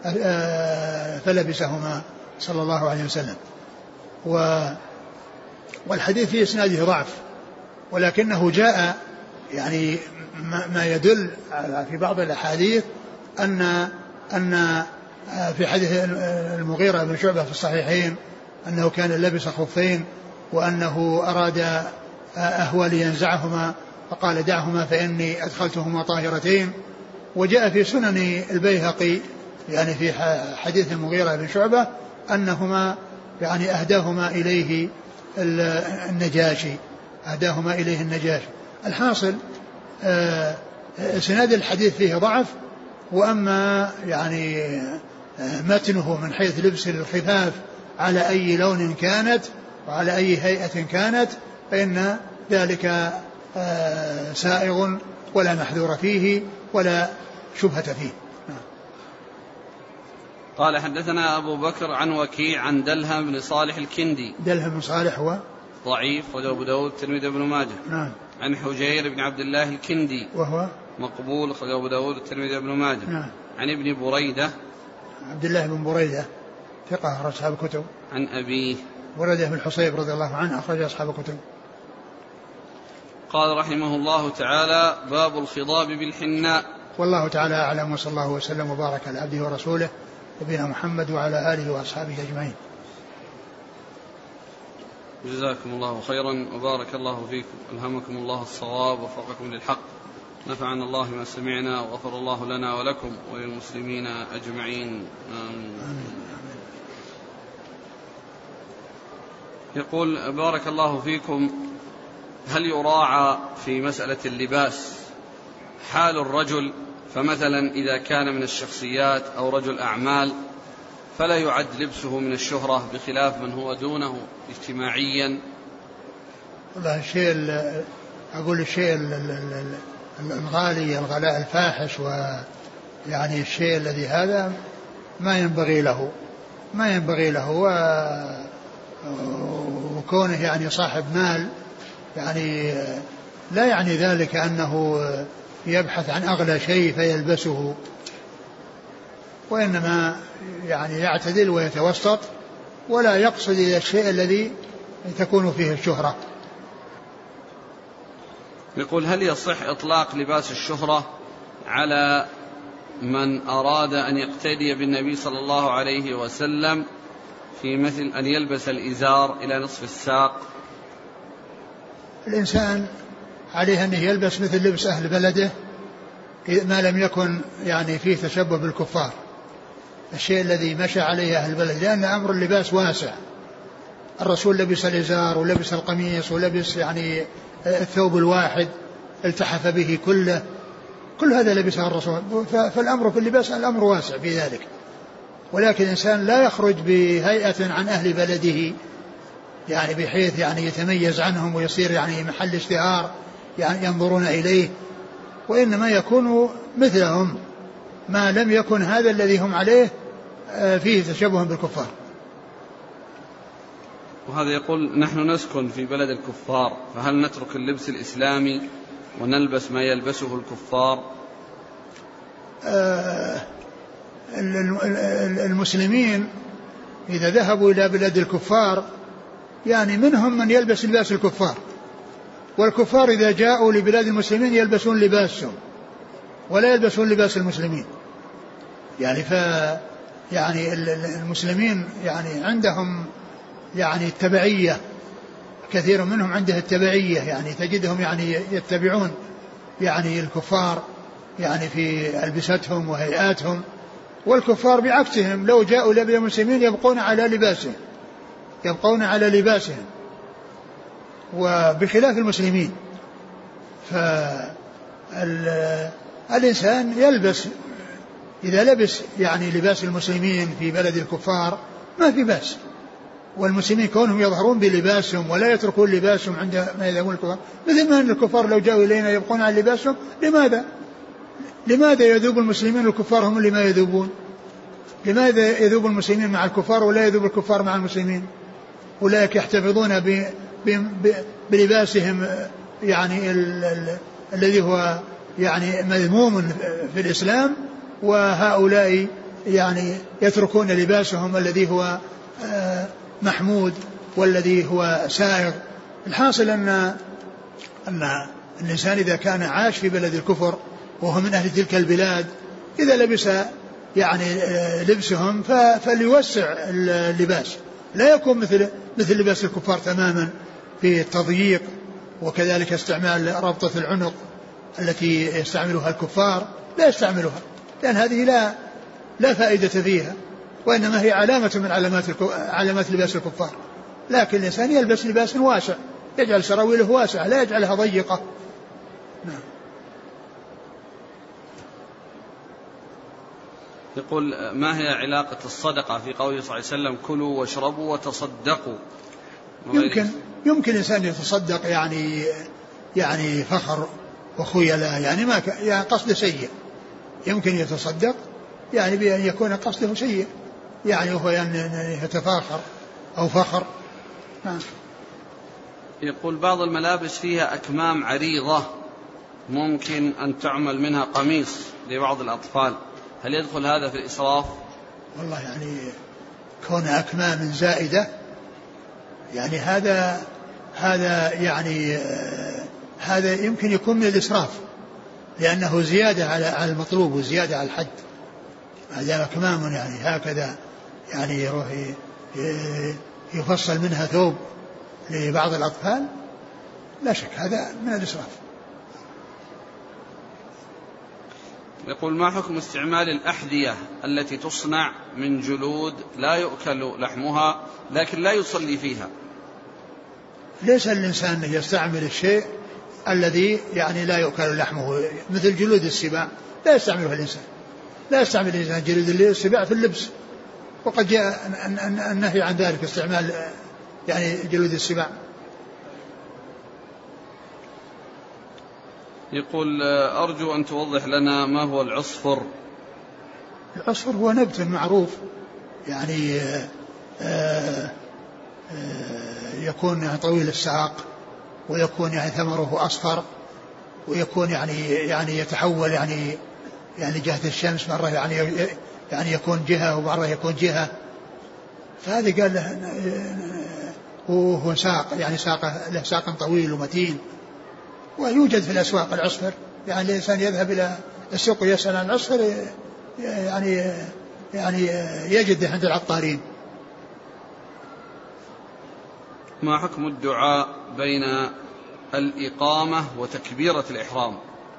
فلبسهما صلى الله عليه وسلم. و والحديث في إسناده ضعف ولكنه جاء يعني ما يدل في بعض الأحاديث أن أن في حديث المغيرة بن شعبة في الصحيحين أنه كان لبس خفين وأنه أراد أهوى لينزعهما فقال دعهما فإني أدخلتهما طاهرتين. وجاء في سنن البيهقي يعني في حديث المغيرة بن شعبة أنهما يعني أهداهما إليه النجاشي أهداهما إليه النجاشي. الحاصل سناد الحديث فيه ضعف، وأما يعني متنه من حيث لبس الخفاف على أي لون كانت وعلى أي هيئة كانت فإن ذلك سائغ ولا محذور فيه ولا شبهة فيه. قال حدثنا أبو بكر عن وكيع عن دلهم بن صالح الكندي. دلهم بن صالح هو ضعيف وأبو داود الترمذي بن ماجه. نعم. عن حجير بن عبد الله الكندي وهو مقبول أبو داود الترمذي بن ماجه. نعم. عن ابن بريدة عبد الله بن بريدة ثقة أخرج أصحاب الكتب. عن أبيه بريدة بن الحصيب رضي الله عنه أخرج أصحاب الكتب. قال رحمه الله تعالى باب الخضاب بالحناء. والله تعالى أعلم وصلى الله وسلم وبارك على عبده ورسوله نبينا محمد وعلى آله وأصحابه أجمعين. جزاكم الله خيرا وبارك الله فيكم، ألهمكم الله الصواب ووفقكم للحق، نفعنا الله ما سمعنا وغفر الله لنا ولكم وللمسلمين أجمعين آمين. يقول بارك الله فيكم هل يراعى في مسألة اللباس حال الرجل، فمثلا إذا كان من الشخصيات أو رجل أعمال فلا يعد لبسه من الشهرة بخلاف من هو دونه اجتماعيا؟ والله الشيء أقول الشيء الغالي الغلاء الفاحش ويعني الشيء الذي هذا ما ينبغي له ما ينبغي له وكونه يعني صاحب مال يعني لا يعني ذلك أنه يبحث عن أغلى شيء فيلبسه، وإنما يعني يعتدل ويتوسط ولا يقصد إلى الشيء الذي تكون فيه الشهرة. يقول هل يصح إطلاق لباس الشهرة على من أراد أن يقتدي بالنبي صلى الله عليه وسلم في مثل أن يلبس الإزار إلى نصف الساق؟ الإنسان عليه أن يلبس مثل لبس أهل بلده ما لم يكن يعني فيه تشبه بالكفار، الشيء الذي مشى عليه أهل البلد، لأن أمر اللباس واسع. الرسول لبس الإزار ولبس القميص ولبس يعني الثوب الواحد التحف به كله، كل هذا لبسه الرسول. فالأمر في اللباس الأمر واسع في ذلك، ولكن الإنسان لا يخرج بهيئة عن أهل بلده يعني بحيث يعني يتميز عنهم ويصير يعني محل اشتهار يعني ينظرون إليه، وإنما يكون مثلهم ما لم يكن هذا الذي هم عليه فيه تشبه بالكفار. وهذا يقول: نحن نسكن في بلد الكفار، فهل نترك اللبس الإسلامي ونلبس ما يلبسه الكفار؟ آه المسلمين إذا ذهبوا إلى بلاد الكفار يعني منهم من يلبس لباس الكفار، والكفار إذا جاءوا لبلاد المسلمين يلبسون لباسهم ولا يلبسون لباس المسلمين. يعني ف يعني المسلمين يعني عندهم يعني التبعية، كثير منهم عنده التبعية، يعني تجدهم يعني يتبعون يعني الكفار يعني في ألبستهم وهيئاتهم، والكفار بعكسهم لو جاءوا لبلاد المسلمين يبقون على لباسهم يبقون على لباسهم وبخلاف المسلمين. فالإنسان يلبس إذا لبس يعني لباس المسلمين في بلد الكفار ما في بأس، والمسلمين كونهم يظهرون بلباسهم ولا يتركون لباسهم عند ما يذهبون الكفار، مثل ما أن الكفار لو جاءوا إلينا يبقون على لباسهم. لماذا لماذا يذوب المسلمين والكفار هم اللي ما يذوبون؟ لماذا يذوب المسلمين مع الكفار ولا يذوب الكفار مع المسلمين؟ أولئك يحتفظون ب... ب... ب... بلباسهم يعني ال... ال... الذي هو يعني مذموم في الإسلام، وهؤلاء يعني يتركون لباسهم الذي هو محمود والذي هو سائغ. الحاصل أن أن الإنسان إذا كان عاش في بلد الكفر وهو من أهل تلك البلاد إذا لبس يعني لبسهم فليوسع اللباس، لا يكون مثل مثل لباس الكفار تماما في التضييق، وكذلك استعمال ربطة العنق التي يستعملها الكفار لا يستعملها، لأن هذه لا لا فائدة فيها، وإنما هي علامة من علامات علامات لباس الكفار. لكن الإنسان يلبس لباس واسع، يجعل سراويله واسعة لا يجعلها ضيقة. نعم. يقول: ما هي علاقة الصدقة في قوله صلى الله عليه وسلم: كلوا واشربوا وتصدقوا؟ يمكن يمكن الإنسان يتصدق يعني يعني فخر وخيلاء، يعني ما ك... يعني قصد سيء، يمكن يتصدق يعني بأن يكون قصده سيء، يعني هو يعني يتفاخر أو فخر. نعم. يقول: بعض الملابس فيها أكمام عريضة ممكن أن تعمل منها قميص لبعض الأطفال، هل يدخل هذا في الإسراف؟ والله يعني كون أكمام زائدة يعني هذا هذا يعني هذا يمكن يكون من الإسراف، لأنه زيادة على المطلوب وزيادة على الحد. هذا أكمام يعني هكذا يعني يروح يفصل منها ثوب لبعض الأطفال، لا شك هذا من الإسراف. يقول: ما حكم استعمال الأحذية التي تصنع من جلود لا يؤكل لحمها لكن لا يصلي فيها؟ ليس الإنسان يستعمل الشيء الذي يعني لا يؤكل لحمه، مثل جلود السباع لا يستعملها الإنسان، لا يستعمل الإنسان جلود السباع في اللبس، وقد جاء النهي عن ذلك، استعمال يعني جلود السباع. يقول: أرجو أن توضح لنا ما هو العصفر. العصفر هو نبت معروف يعني آآ آآ يكون يعني طويل الساق، ويكون يعني ثمره أصفر، ويكون يعني يعني يتحول يعني يعني جهة الشمس، مرة يعني يعني يكون جهة ومرة يكون جهة، فهذا قال له وهو ساق يعني ساقه له ساق طويل ومتين، ويوجد في الأسواق العصفر، يعني الإنسان يذهب إلى السوق ويسأل عن العصفر يعني يعني يجده عند العطارين. ما حكم الدعاء بين الإقامة وتكبيرة الإحرام؟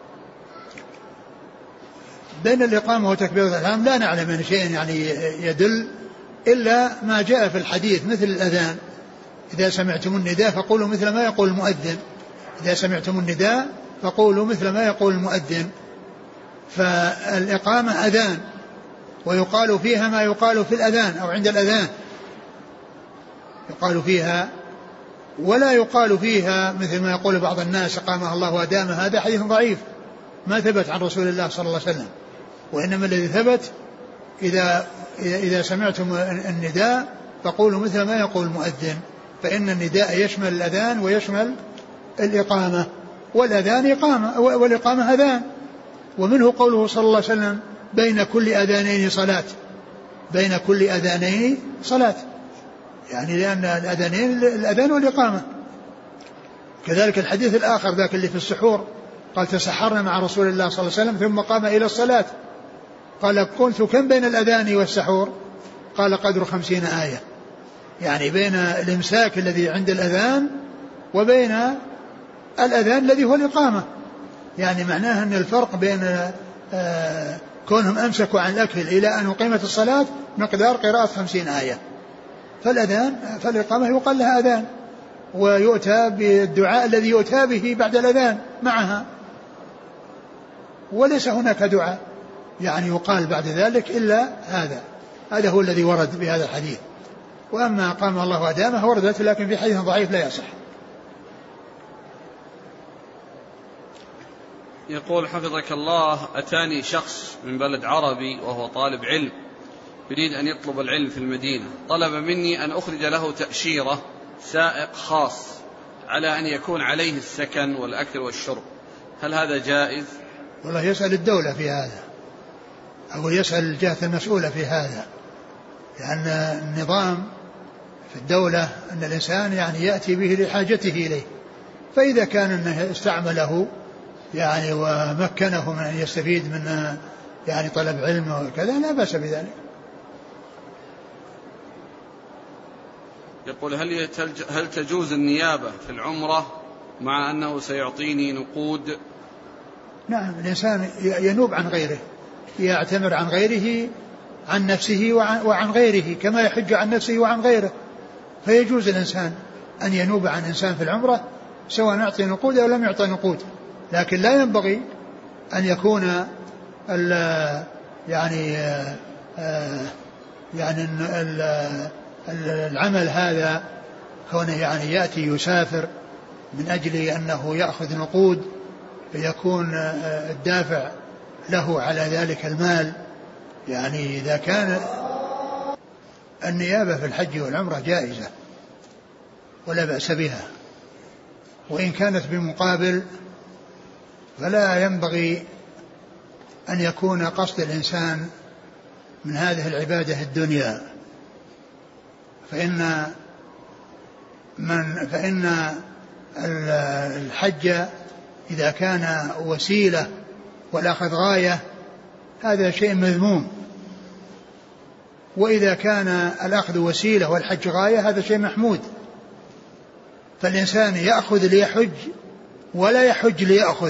بين الإقامة وتكبيرة الإحرام لا نعلم من شيء يعني يدل إلا ما جاء في الحديث مثل الأذان: إذا سمعتم النداء فقولوا مثل ما يقول المؤذن. إذا سمعتم النداء فقولوا مثل ما يقول المؤذن. فالإقامة أذان، ويقال فيها ما يقال في الأذان أو عند الأذان، يقال فيها، ولا يقال فيها مثل ما يقول بعض الناس أقامها الله وأدامها. هذا حديث ضعيف ما ثبت عن رسول الله صلى الله عليه وسلم. وإنما الذي ثبت: إذا إذا سمعتم النداء فقولوا مثل ما يقول المؤذن، فإن النداء يشمل الأذان ويشمل الإقامة، والأذان إقامة والإقامة أذان. ومنه قوله صلى الله عليه وسلم: بين كل أذانين صلاة. بين كل أذانين صلاة، يعني لأن الأذانين الأذان والإقامة. كذلك الحديث الآخر ذاك اللي في السحور، قال: تسحرنا مع رسول الله صلى الله عليه وسلم ثم قام إلى الصلاة. قال: قلت: كم بين الأذان والسحور؟ قال: قدر خمسين آية، يعني بين الإمساك الذي عند الأذان وبين الأذان الذي هو الإقامة. يعني معناه أن الفرق بين آه كونهم أمسكوا عن الأكل إلى أن أقيمت الصلاة مقدار قراءة خمسين آية. فالأذان فالإقامة يقال لها أذان، ويؤتى بالدعاء الذي يؤتى به بعد الأذان معها، وليس هناك دعاء يعني يقال بعد ذلك إلا هذا. هذا هو الذي ورد بهذا الحديث. وأما أقام الله وأدامه وردت، لكن في حديث ضعيف لا يصح. يقول: حفظك الله، أتاني شخص من بلد عربي وهو طالب علم يريد أن يطلب العلم في المدينة، طلب مني أن أخرج له تأشيرة سائق خاص على أن يكون عليه السكن والأكل والشرب، هل هذا جائز؟ والله يسأل الدولة في هذا، أو يسأل الجهة المسؤولة في هذا، لأن النظام في الدولة أن الإنسان يعني يأتي به لحاجته إليه، فإذا كان أنه استعمله يعني ومكنه من أن يستفيد من يعني طلب علم وكذا لا بأس بذلك. يقول: هل هل تجوز النيابة في العمرة مع أنه سيعطيني نقود؟ نعم، الإنسان ينوب عن غيره، يعتمر عن غيره، عن نفسه وعن, وعن غيره، كما يحج عن نفسه وعن غيره. فيجوز الإنسان أن ينوب عن إنسان في العمرة سواء أعطي نقود أو لم يعطي نقود، لكن لا ينبغي أن يكون ال يعني يعني العمل هذا كونه يعني يأتي يسافر من أجل أنه يأخذ نقود، فيكون الدافع له على ذلك المال. يعني إذا كان النيابة في الحج والعمرة جائزة ولا بأس بها، وإن كانت بمقابل فلا ينبغي أن يكون قصد الإنسان من هذه العبادة الدنيا، فإن من فإن الحج إذا كان وسيلة والأخذ غاية هذا شيء مذموم، وإذا كان الأخذ وسيلة والحج غاية هذا شيء محمود. فالإنسان يأخذ ليحج ولا يحج ليأخذ،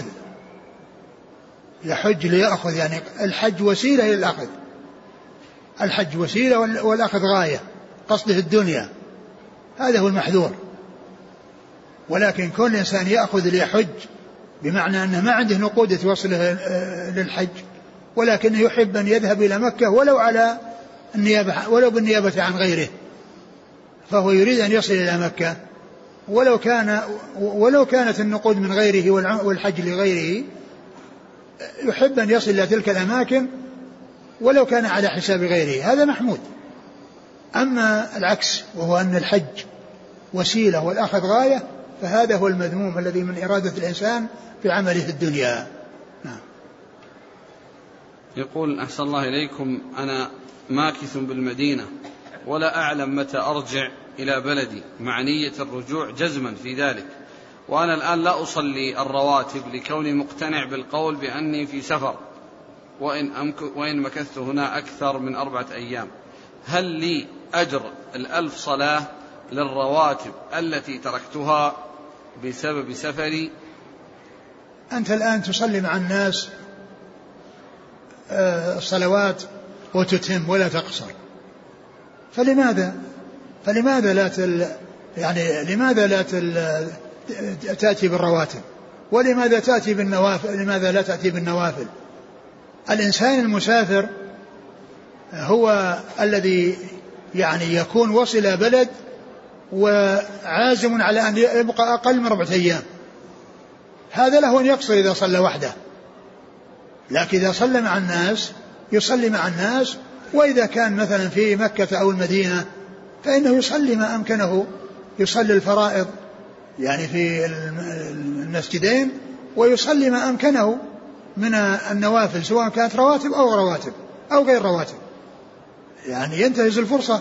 يحج ليأخذ، يعني الحج وسيلة للأخذ، الحج وسيلة والأخذ غاية، قصده الدنيا، هذا هو المحذور. ولكن كل الإنسان يأخذ ليحج بمعنى أنه ما عنده نقود توصله للحج، ولكنه يحب أن يذهب إلى مكة ولو على النيابة ولو بالنيابة عن غيره، فهو يريد أن يصل إلى مكة ولو كان ولو كانت النقود من غيره والحج لغيره، يحب أن يصل إلى تلك الأماكن ولو كان على حساب غيره، هذا محمود. أما العكس وهو أن الحج وسيلة والأخذ غاية فهذا هو المذموم الذي من إرادة الإنسان في عمله الدنيا. نعم. يقول: أحسن الله إليكم، أنا ماكث بالمدينة ولا أعلم متى أرجع إلى بلدي مع نية الرجوع جزما في ذلك، وأنا الآن لا أصلي الرواتب لكوني مقتنع بالقول بأني في سفر، وإن, وإن مكثت هنا أكثر من أربعة أيام، هل لي أجر الألف صلاة للرواتب التي تركتها بسبب سفري. أنت الآن تصلي مع الناس الصلوات وتتم ولا تقصر، فلماذا فلماذا لا تل يعني لماذا لا تل تأتي بالرواتب، ولماذا تأتي بالنوافل؟ لماذا لا تأتي بالنوافل؟ الإنسان المسافر هو الذي يعني يكون وصل بلد وعازم على أن يبقى أقل من أربعة أيام، هذا له أن يقصر إذا صلى وحده، لكن إذا صلى مع الناس يصلي مع الناس. وإذا كان مثلا في مكة أو المدينة فإنه يصلي ما أمكنه، يصلي الفرائض يعني في المسجدين، ويصلي ما أمكنه من النوافل سواء كانت رواتب أو رواتب أو غير رواتب، يعني ينتهز الفرصة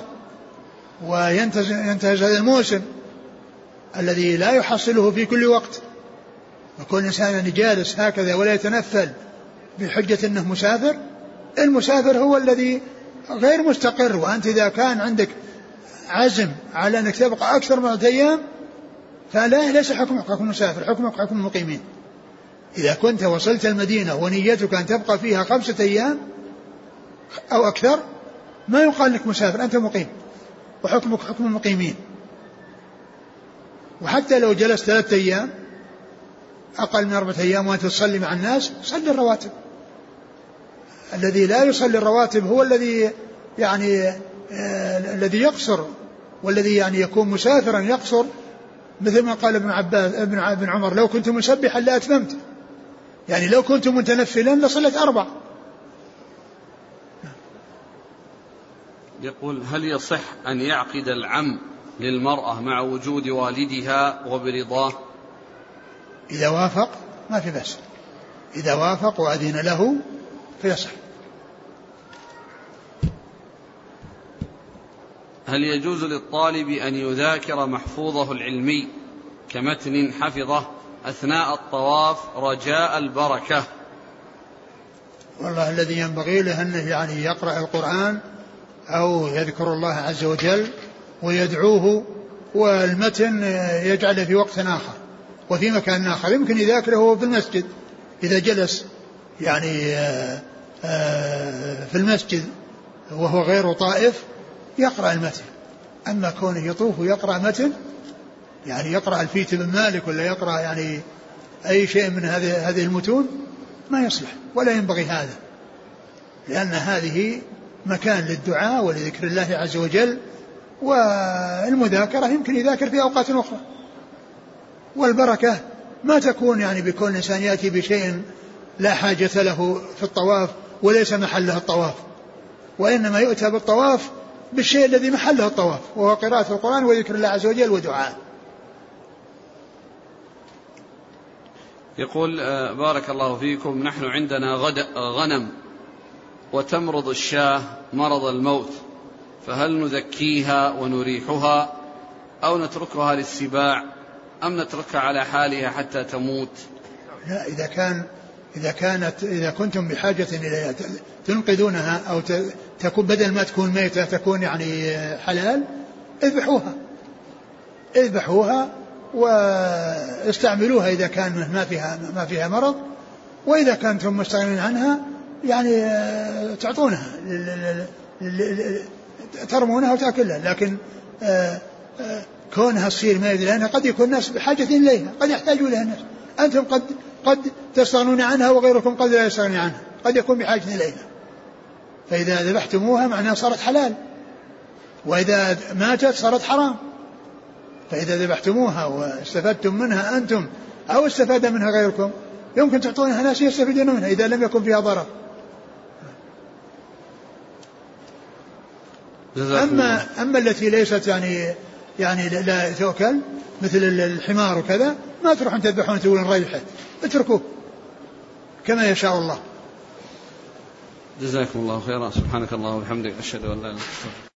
وينتهز هذا الموسم الذي لا يحصله في كل وقت. وكل إنسان جالس هكذا ولا يتنفل بحجة أنه مسافر، المسافر هو الذي غير مستقر. وأنت إذا كان عندك عزم على أنك تبقى أكثر من أيام فلا ليس حكمك حكم المسافر، حكمك حكم المقيمين. إذا كنت وصلت المدينة ونيتك أن تبقى فيها خمسة أيام أو أكثر ما يقال لك مسافر، أنت مقيم وحكمك حكم المقيمين. وحتى لو جلست ثلاثة أيام أقل من أربعة أيام وأنت تصلي مع الناس صلي الرواتب. الذي لا يصلي الرواتب هو الذي يعني آه الذي يقصر، والذي يعني يكون مسافرا يقصر، مثل ما قال ابن عباس ابن ابن عمر لو كنت مسبحا لأتممت، يعني لو كنت متنفلا لصلت أربع. يقول هل يصح أن يعقد العم للمرأة مع وجود والدها وبرضاه؟ إذا وافق ما في بأس، إذا وافق وأذن له فيصح. هل يجوز للطالب أن يذاكر محفوظه العلمي كمتن حفظه أثناء الطواف رجاء البركة؟ والله الذي ينبغي له أنه يعني يقرأ القرآن أو يذكر الله عز وجل ويدعوه، والمتن يجعله في وقت آخر وفي مكان آخر، يمكن يذاكره في المسجد إذا جلس يعني في المسجد وهو غير طائف يقرأ المتن. أما كونه يطوف ويقرأ متن يعني يقرأ الفيت بن مالك ولا يقرأ يعني أي شيء من هذه هذه المتون ما يصلح ولا ينبغي هذا، لأن هذه مكان للدعاء ولذكر الله عز وجل، والمذاكرة يمكن يذاكر في أوقات أخرى. والبركة ما تكون يعني بكل إنسان يأتي بشيء لا حاجة له في الطواف وليس محله الطواف، وإنما يؤتى بالطواف بالشيء الذي محله الطواف وهو قراءة القرآن وذكر الله عز وجل ودعاء. يقول بارك الله فيكم، نحن عندنا غنم وتمرض الشاة مرض الموت، فهل نذكيها ونريحها أو نتركها للسباع أم نتركها على حالها حتى تموت؟ لا، إذا كان إذا كانت إذا كنتم بحاجة إليها تنقذونها أو تكون بدل ما تكون ميتة تكون يعني حلال، اذبحوها اذبحوها واستعملوها إذا كان ما فيها ما فيها مرض، وإذا كنتم مستغنين عنها يعني تعطونها ترمونها وتأكلها. لكن كونها تصير ميتة لأنها قد يكون الناس بحاجة إليها، قد يحتاجوا إليها الناس، أنتم قد قد تستغنون عنها وغيركم قد لا يستغني عنها، قد يكون بحاجة إليها. فإذا ذبحتموها معناها صارت حلال، وإذا ماتت صارت حرام. فإذا ذبحتموها واستفدتم منها أنتم أو استفاد منها غيركم يمكن تعطونها ناس يستفيدون منها إذا لم يكن فيها ضرر. أما أما التي ليست يعني يعني لا تؤكل مثل الحمار وكذا ما تروحون تذبحون تقولون ريحه، اتركوه كما يشاء الله. جزاكم الله خيرا. سبحانك اللهم وبحمدك أشهد أن لا إله إلا أنت.